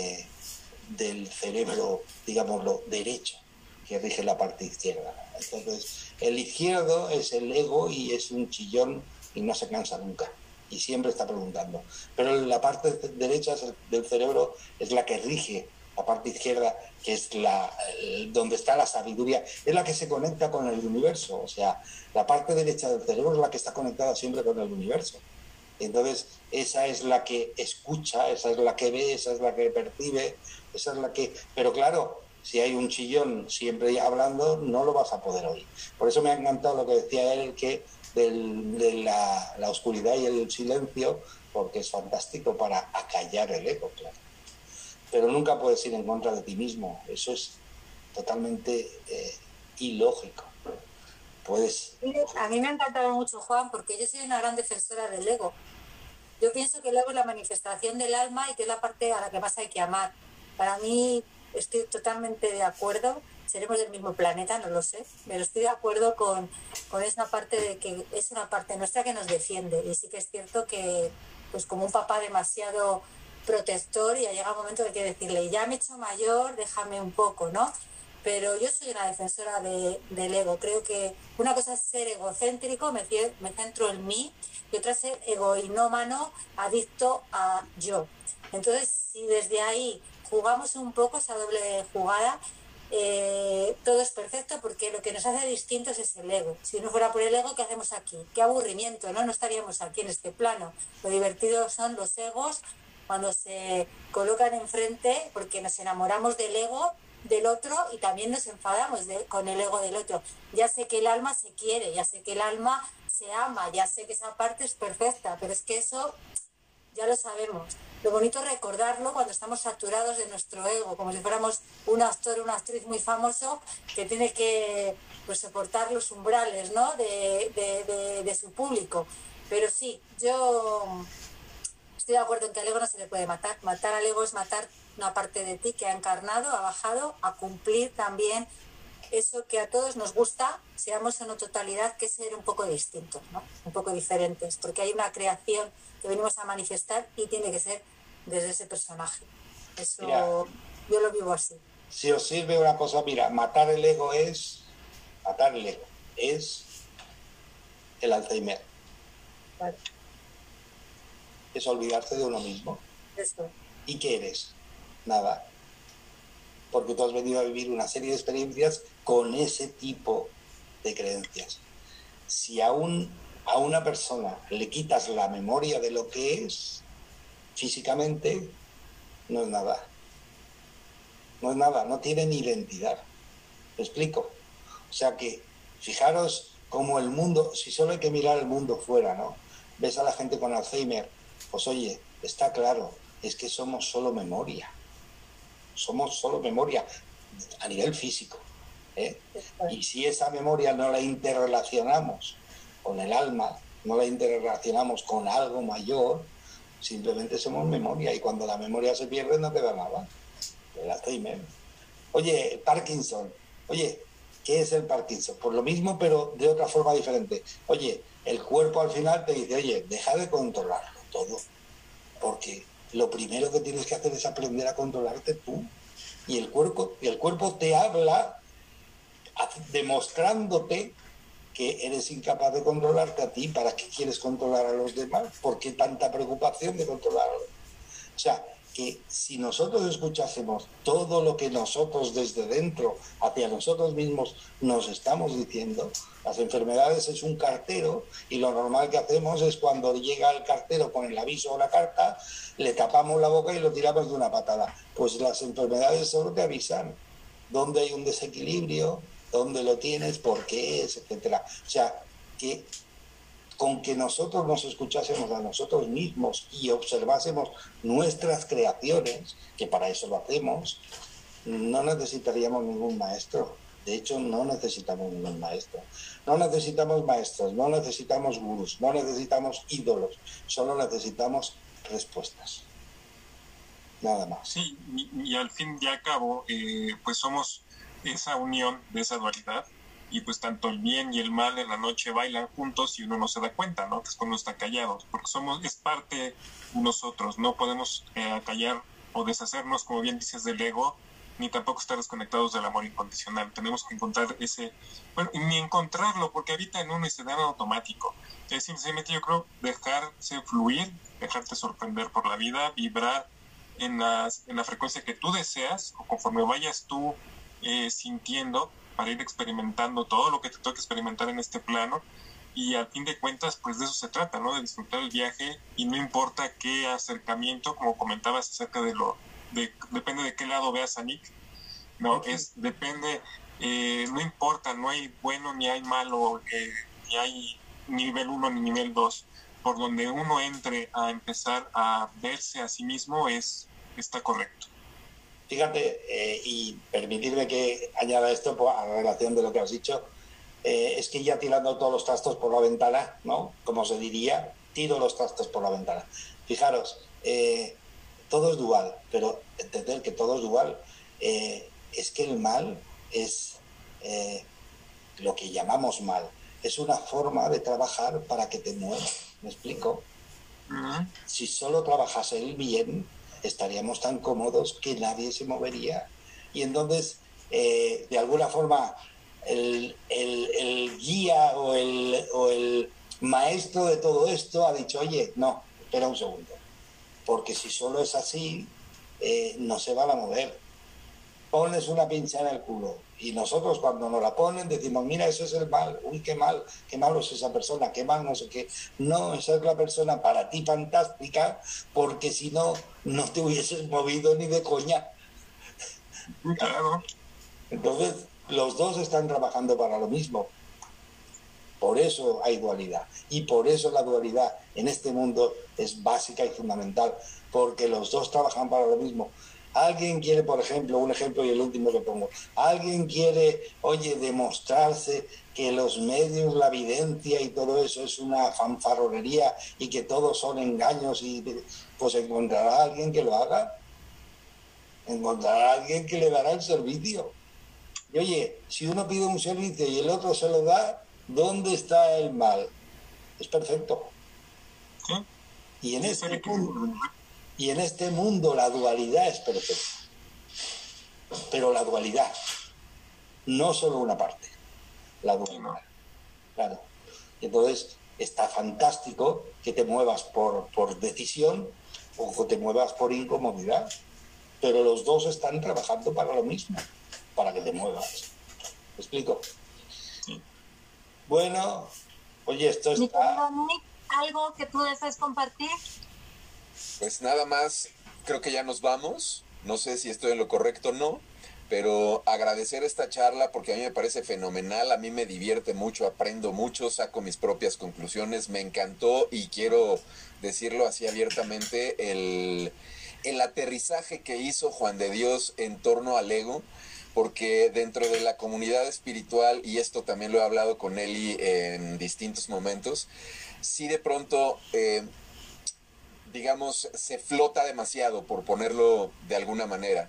del cerebro, digámoslo, derecho, que rige la parte izquierda. Entonces, el izquierdo es el ego y es un chillón y no se cansa nunca. Y siempre está preguntando. Pero la parte derecha del cerebro es la que rige la parte izquierda, que es donde está la sabiduría, es la que se conecta con el universo. O sea, la parte derecha del cerebro es la que está conectada siempre con el universo. Entonces, esa es la que escucha, esa es la que ve, esa es la que percibe, esa es la que... Pero claro, si hay un chillón siempre hablando, no lo vas a poder oír. Por eso me ha encantado lo que decía él, que de la oscuridad y el silencio, porque es fantástico para acallar el ego, claro. Pero nunca puedes ir en contra de ti mismo, eso es totalmente ilógico. Puedes... A mí me ha encantado mucho, Juan, porque yo soy una gran defensora del ego. Yo pienso que el ego es la manifestación del alma y que es la parte a la que más hay que amar. Para mí, estoy totalmente de acuerdo. Seremos del mismo planeta, no lo sé, pero estoy de acuerdo con esa parte de que es una parte nuestra que nos defiende. Y sí que es cierto que, pues como un papá demasiado protector, y llega un momento que hay que decirle, ya me he hecho mayor, déjame un poco, ¿no? Pero yo soy una defensora del ego. Creo que una cosa es ser egocéntrico, me centro en mí, y otra es ser egoinómano, adicto a yo. Entonces, si desde ahí jugamos un poco esa doble jugada, todo es perfecto, porque lo que nos hace distintos es el ego. Si no fuera por el ego, ¿qué hacemos aquí? Qué aburrimiento, ¿no? No estaríamos aquí en este plano. Lo divertido son los egos cuando se colocan enfrente, porque nos enamoramos del ego del otro y también nos enfadamos con el ego del otro. Ya sé que el alma se quiere, ya sé que el alma se ama, ya sé que esa parte es perfecta, pero es que eso ya lo sabemos. Lo bonito es recordarlo cuando estamos saturados de nuestro ego, como si fuéramos un actor o una actriz muy famoso que tiene que, pues, soportar los umbrales, ¿no? de su público. Pero sí, yo estoy de acuerdo en que al ego no se le puede matar. Matar al ego es matar una parte de ti que ha encarnado, ha bajado a cumplir también eso que a todos nos gusta, seamos en una totalidad, que es ser un poco distintos, ¿no? Un poco diferentes, porque hay una creación que venimos a manifestar y tiene que ser desde ese personaje. Eso, mira, yo lo vivo así. Si os sirve una cosa, mira, matar el ego es el Alzheimer. Vale. Es olvidarse de uno mismo. Eso. ¿Y qué eres? Nada. Porque tú has venido a vivir una serie de experiencias con ese tipo de creencias. Si a una persona le quitas la memoria de lo que es físicamente, no es nada. No es nada, no tiene ni identidad. ¿Me explico? O sea que, fijaros cómo el mundo, si solo hay que mirar el mundo fuera, ¿no? Ves a la gente con Alzheimer, pues oye, está claro, es que somos solo memoria. Somos solo memoria a nivel físico, ¿eh? Y si esa memoria no la interrelacionamos con el alma, no la interrelacionamos con algo mayor, simplemente somos memoria, y cuando la memoria se pierde no queda nada. El Alzheimer. Oye, Parkinson. Oye, ¿qué es el Parkinson? Pues lo mismo, pero de otra forma diferente. Oye, el cuerpo al final te dice, oye, deja de controlarlo todo, porque lo primero que tienes que hacer es aprender a controlarte tú. Y el cuerpo te habla demostrándote que eres incapaz de controlarte a ti. ¿Para qué quieres controlar a los demás? ¿Por qué tanta preocupación de controlarlos? O sea, que si nosotros escuchásemos todo lo que nosotros desde dentro hacia nosotros mismos nos estamos diciendo, las enfermedades es un cartero y lo normal que hacemos es cuando llega el cartero con el aviso o la carta, le tapamos la boca y lo tiramos de una patada. Pues las enfermedades solo te avisan dónde hay un desequilibrio, dónde lo tienes, por qué es, etcétera. O sea, que con que nosotros nos escuchásemos a nosotros mismos y observásemos nuestras creaciones, que para eso lo hacemos, no necesitaríamos ningún maestro. De hecho, no necesitamos ningún maestro. No necesitamos maestros, no necesitamos gurús, no necesitamos ídolos, solo necesitamos respuestas. Nada más. Sí, y al fin y al cabo, pues somos esa unión de esa dualidad. Y pues tanto el bien y el mal en la noche bailan juntos y uno no se da cuenta, ¿no? Que es cuando está callado, porque es parte de nosotros, no podemos callar o deshacernos, como bien dices, del ego, ni tampoco estar desconectados del amor incondicional. Tenemos que encontrar ni encontrarlo, porque habita en uno y se da en automático. Es simplemente, yo creo, dejarse fluir, dejarte sorprender por la vida, vibrar en la frecuencia que tú deseas, o conforme vayas tú sintiendo, para ir experimentando todo lo que te toca experimentar en este plano, y al fin de cuentas pues de eso se trata, ¿no? De disfrutar el viaje, y no importa qué acercamiento, como comentabas acerca depende de qué lado veas a Nick, ¿no? Okay. Depende, no importa, no hay bueno ni hay malo, ni hay nivel 1 ni nivel 2, por donde uno entre a empezar a verse a sí mismo está correcto. Fíjate, y permitirme que añada esto a relación de lo que has dicho, es que ya tirando todos los trastos por la ventana, ¿no? Como se diría, tiro los trastos por la ventana. Fijaros, todo es dual, pero entender que todo es dual, es que el mal es lo que llamamos mal, es una forma de trabajar para que te muevas, ¿me explico? Uh-huh. Si solo trabajase el bien, estaríamos tan cómodos que nadie se movería. Y entonces, de alguna forma, el guía o el maestro de todo esto ha dicho, oye, no, espera un segundo, porque si solo es así, no se van a mover. Ponles una pincha en el culo. Y nosotros cuando nos la ponen decimos, mira, eso es el mal, uy, qué malo es esa persona, qué mal, no sé qué. No, esa es la persona para ti fantástica, porque si no, no te hubieses movido ni de coña. Claro. Entonces, los dos están trabajando para lo mismo. Por eso hay dualidad. Y por eso la dualidad en este mundo es básica y fundamental, porque los dos trabajan para lo mismo. Alguien quiere, por ejemplo, un ejemplo y el último que pongo, alguien quiere, oye, demostrarse que los medios, la evidencia y todo eso es una fanfarronería y que todos son engaños, y pues encontrará a alguien que lo haga, encontrará a alguien que le dará el servicio. Y oye, si uno pide un servicio y el otro se lo da, ¿dónde está el mal? Es perfecto. ¿Sí? Y en este mundo la dualidad es perfecta. Pero la dualidad, no solo una parte, la dualidad. Claro. Entonces, está fantástico que te muevas por decisión o que te muevas por incomodidad, pero los dos están trabajando para lo mismo, para que te muevas. ¿Me explico? Sí. Bueno, oye, esto está... ¿Algo que tú desees compartir? Pues nada más, creo que ya nos vamos. No sé si estoy en lo correcto o no, pero agradecer esta charla porque a mí me parece fenomenal, a mí me divierte mucho, aprendo mucho, saco mis propias conclusiones, me encantó y quiero decirlo así abiertamente, el aterrizaje que hizo Juan de Dios en torno al ego, porque dentro de la comunidad espiritual, y esto también lo he hablado con Eli en distintos momentos, sí de pronto... digamos, se flota demasiado, por ponerlo de alguna manera.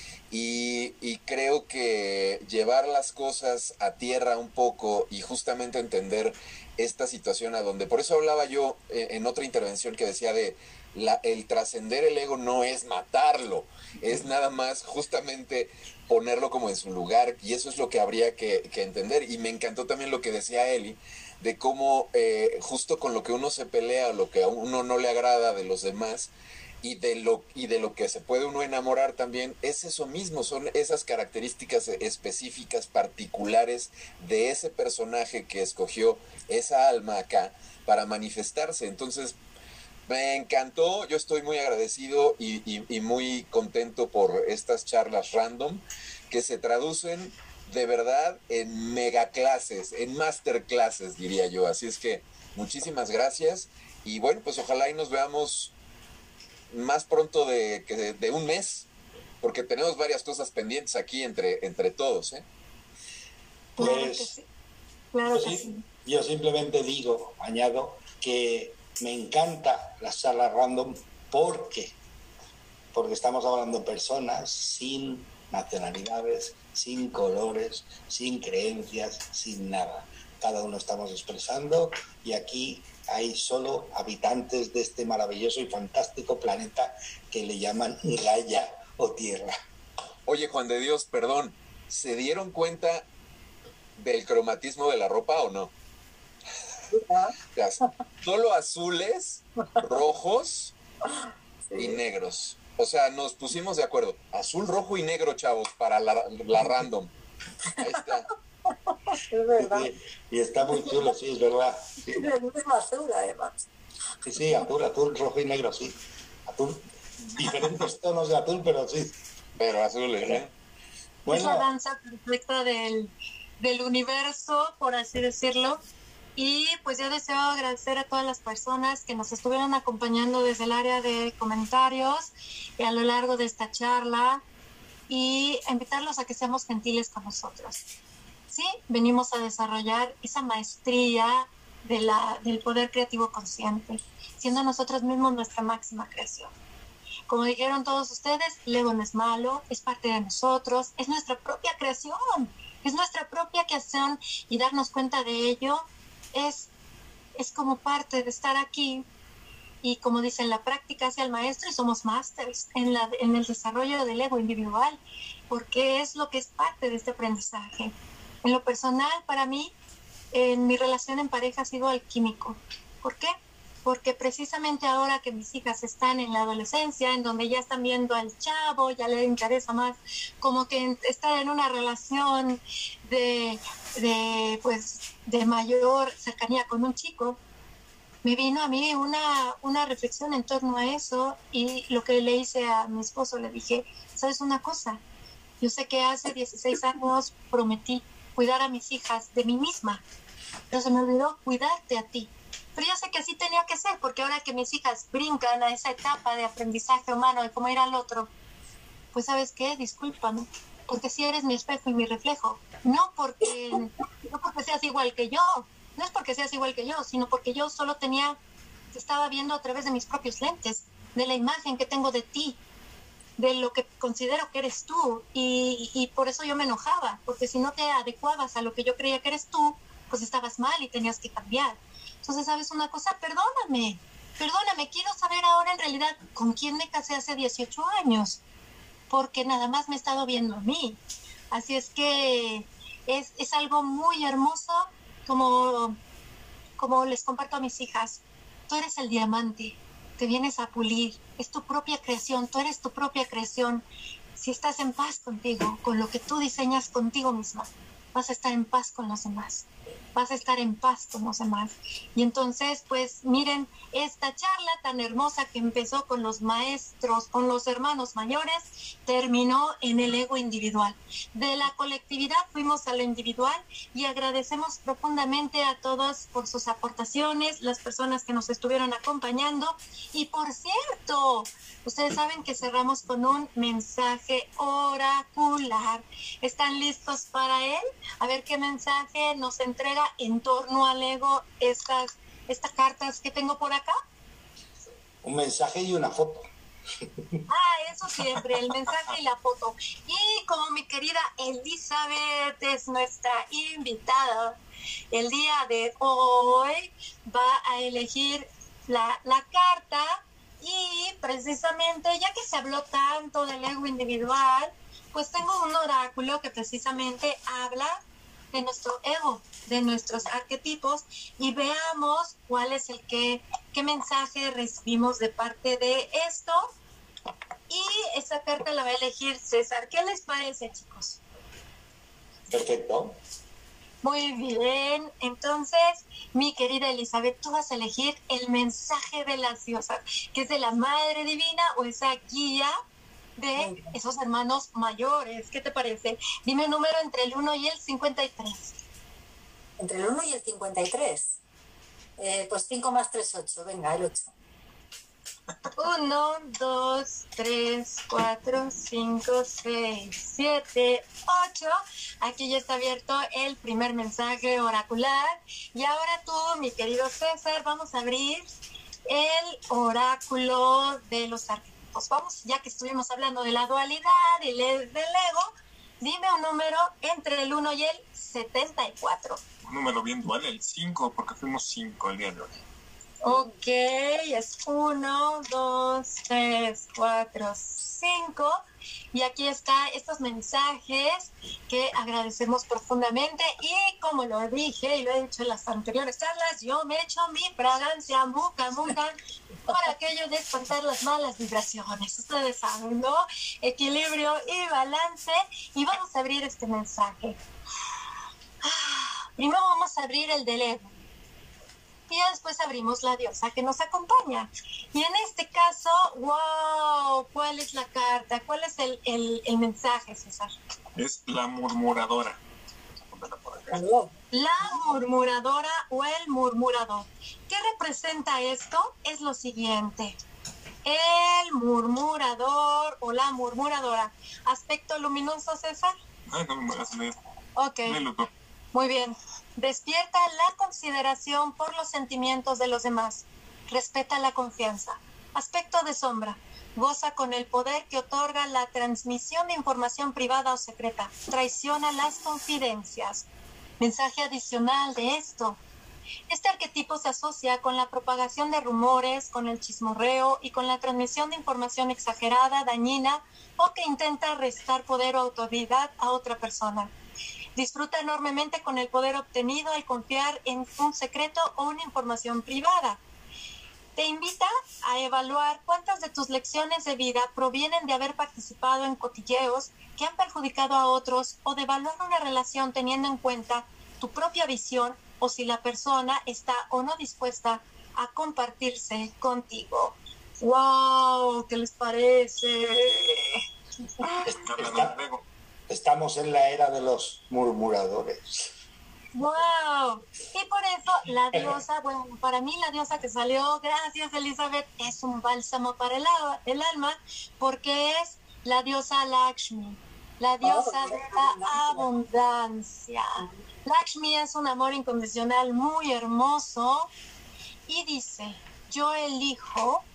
Y creo que llevar las cosas a tierra un poco y justamente entender esta situación a donde... Por eso hablaba yo en otra intervención que decía el trascender el ego no es matarlo, es nada más justamente ponerlo como en su lugar, y eso es lo que habría que entender. Y me encantó también lo que decía Eli, de cómo justo con lo que uno se pelea o lo que a uno no le agrada de los demás, y de lo que se puede uno enamorar también es eso mismo, son esas características específicas, particulares de ese personaje que escogió esa alma acá para manifestarse. Entonces, me encantó, yo estoy muy agradecido y muy contento por estas charlas random que se traducen de verdad en megaclases, en masterclasses, diría yo. Así es que muchísimas gracias y bueno, pues ojalá y nos veamos más pronto de un mes, porque tenemos varias cosas pendientes aquí entre todos, ¿eh? Pues Claro yo, que sí. yo simplemente añado que me encanta las charlas random porque estamos hablando de personas sin nacionalidades, sin colores, sin creencias, sin nada. Cada uno estamos expresando y aquí hay solo habitantes de este maravilloso y fantástico planeta que le llaman Gaia o Tierra. Oye, Juan de Dios, perdón, ¿se dieron cuenta del cromatismo de la ropa o no? Solo azules, rojos y negros. O sea, nos pusimos de acuerdo. Azul, rojo y negro, chavos, para la random. Ahí está. Es verdad. Y está muy chulo, sí, es verdad. Sí. Es el mismo azul, además. Sí, azul, rojo y negro, sí. Azul, diferentes tonos de azul, pero sí. Pero azules, ¿eh? Bueno, es la danza perfecta del universo, por así decirlo. Y pues yo deseo agradecer a todas las personas que nos estuvieron acompañando desde el área de comentarios y a lo largo de esta charla y invitarlos a que seamos gentiles con nosotros. Sí, venimos a desarrollar esa maestría del poder creativo consciente, siendo nosotros mismos nuestra máxima creación. Como dijeron todos ustedes, el ego no es malo, es parte de nosotros, es nuestra propia creación, es nuestra propia creación y darnos cuenta de ello es como parte de estar aquí y como dicen, la práctica hace al maestro y somos másters en el desarrollo del ego individual, porque es lo que es parte de este aprendizaje. En lo personal, para mí, en mi relación en pareja ha sido alquímico. ¿Por qué? Porque precisamente ahora que mis hijas están en la adolescencia, en donde ya están viendo al chavo, ya le interesa más, como que estar en una relación de mayor cercanía con un chico, me vino a mí una reflexión en torno a eso y lo que le hice a mi esposo, le dije, ¿sabes una cosa? Yo sé que hace 16 años prometí cuidar a mis hijas de mí misma, pero se me olvidó cuidarte a ti. Pero yo sé que así tenía que ser, porque ahora que mis hijas brincan a esa etapa de aprendizaje humano, de cómo ir al otro, pues ¿sabes qué? Discúlpame, porque si eres mi espejo y mi reflejo, no porque seas igual que yo, no es porque seas igual que yo, sino porque yo solo te estaba viendo a través de mis propios lentes, de la imagen que tengo de ti, de lo que considero que eres tú, y por eso yo me enojaba, porque si no te adecuabas a lo que yo creía que eres tú, pues estabas mal y tenías que cambiar. Entonces, ¿sabes una cosa? Perdóname, quiero saber ahora en realidad con quién me casé hace 18 años, porque nada más me he estado viendo a mí. Así es que es algo muy hermoso, como les comparto a mis hijas. Tú eres el diamante, te vienes a pulir, es tu propia creación, tú eres tu propia creación. Si estás en paz contigo, con lo que tú diseñas contigo misma, vas a estar en paz con los demás. Vas a estar en paz con los demás. Y entonces, pues miren, esta charla tan hermosa que empezó con los maestros, con los hermanos mayores, terminó en el ego individual. De la colectividad fuimos a lo individual y agradecemos profundamente a todos por sus aportaciones, las personas que nos estuvieron acompañando. Y por cierto, ustedes saben que cerramos con un mensaje oracular. ¿Están listos para él? A ver qué mensaje nos entrega en torno al ego estas cartas que tengo por acá. un mensaje y una foto. Eso siempre, el mensaje y la foto. Y como mi querida Elizabeth es nuestra invitada, el día de hoy va a elegir la carta y precisamente, ya que se habló tanto del ego individual, pues tengo un oráculo que precisamente habla de nuestro ego, de nuestros arquetipos, y veamos cuál es el que qué mensaje recibimos de parte de esto. Y esa carta la va a elegir César. ¿Qué les parece, chicos? Perfecto. Muy bien. Entonces, mi querida Elizabeth, tú vas a elegir el mensaje de las diosas, que es de la Madre Divina o esa guía de esos hermanos mayores. ¿Qué te parece? Dime un número entre el 1 y el 53. Entre el 1 y el 53. Pues 5 más 3, 8. Venga, el 8. 1, 2, 3, 4, 5, 6, 7, 8. Aquí ya está abierto el primer mensaje oracular. Y ahora tú, mi querido César, vamos a abrir el oráculo de los arquetipos. Vamos, ya que estuvimos hablando de la dualidad y del ego, dime un número entre el 1 y el 74. Un número bien dual, el 5, porque fuimos 5 el día de hoy. Ok, es 1, 2, 3, 4, 5. Y aquí están estos mensajes que agradecemos profundamente. Y como lo dije y lo he dicho en las anteriores charlas, yo me echo mi fragancia muca para aquello de espantar las malas vibraciones. Ustedes saben, ¿no? Equilibrio y balance. Y vamos a abrir este mensaje. Primero vamos a abrir el del ego. Y después abrimos la diosa que nos acompaña. Y en este caso, wow, ¿cuál es la carta? ¿Cuál es el mensaje, César? Es la murmuradora. La murmuradora o el murmurador. ¿Qué representa esto? Es lo siguiente. El murmurador o la murmuradora. ¿Aspecto luminoso, César? Ay, no me vas a leer. Ok. Muy bien. Despierta la consideración por los sentimientos de los demás. Respeta la confianza. Aspecto de sombra. Goza con el poder que otorga la transmisión de información privada o secreta. Traiciona las confidencias. Mensaje adicional de esto. Este arquetipo se asocia con la propagación de rumores, con el chismorreo y con la transmisión de información exagerada, dañina o que intenta restar poder o autoridad a otra persona. Disfruta enormemente con el poder obtenido al confiar en un secreto o una información privada. Te invita a evaluar cuántas de tus lecciones de vida provienen de haber participado en cotilleos que han perjudicado a otros o de evaluar una relación teniendo en cuenta tu propia visión o si la persona está o no dispuesta a compartirse contigo. ¡Wow! ¿Qué les parece? Estamos en la era de los murmuradores. ¡Wow! Y por eso la diosa, bueno, para mí la diosa que salió, gracias Elizabeth, es un bálsamo para el alma, porque es la diosa Lakshmi, la diosa de la abundancia. Lakshmi es un amor incondicional muy hermoso y dice, yo elijo,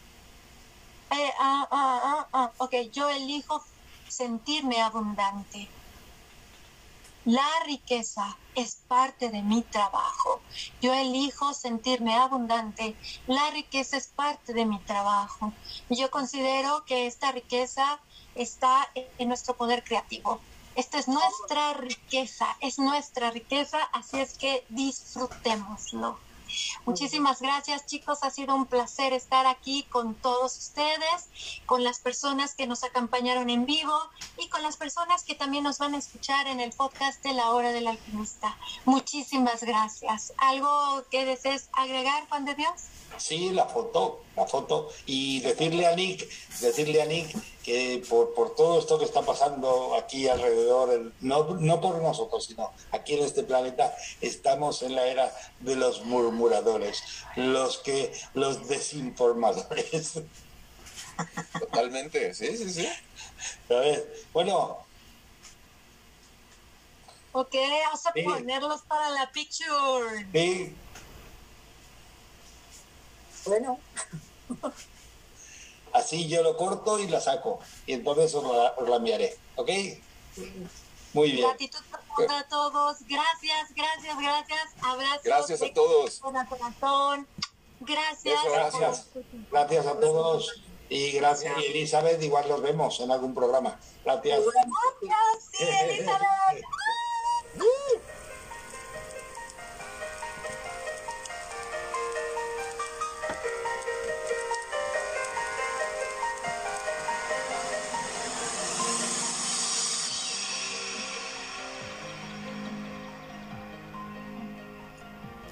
yo elijo sentirme abundante. La riqueza es parte de mi trabajo. Yo elijo sentirme abundante. La riqueza es parte de mi trabajo. Y yo considero que esta riqueza está en nuestro poder creativo. Esta es nuestra riqueza, así es que disfrutémoslo. Muchísimas gracias, chicos, ha sido un placer estar aquí con todos ustedes, con las personas que nos acompañaron en vivo y con las personas que también nos van a escuchar en el podcast de La Hora del Alquimista. Muchísimas gracias. ¿Algo que desees agregar, Juan de Dios? Sí, la foto, y decirle a Nick que por todo esto que está pasando aquí alrededor, no por nosotros, sino aquí en este planeta, estamos en la era de los murmuradores, los desinformadores. Totalmente, sí. ¿Sabes? Bueno. Ok, vamos a ponerlos para la picture. Sí. Bueno. Así yo lo corto y la saco. Y entonces os la enviaré. ¿Ok? Muy bien. Gratitud para todos. Gracias. Abrazos. Gracias a todos. Corazón. Gracias. Gracias a todos. Y gracias. Y Elizabeth, igual nos vemos en algún programa. Gracias. Gracias, sí, Elizabeth.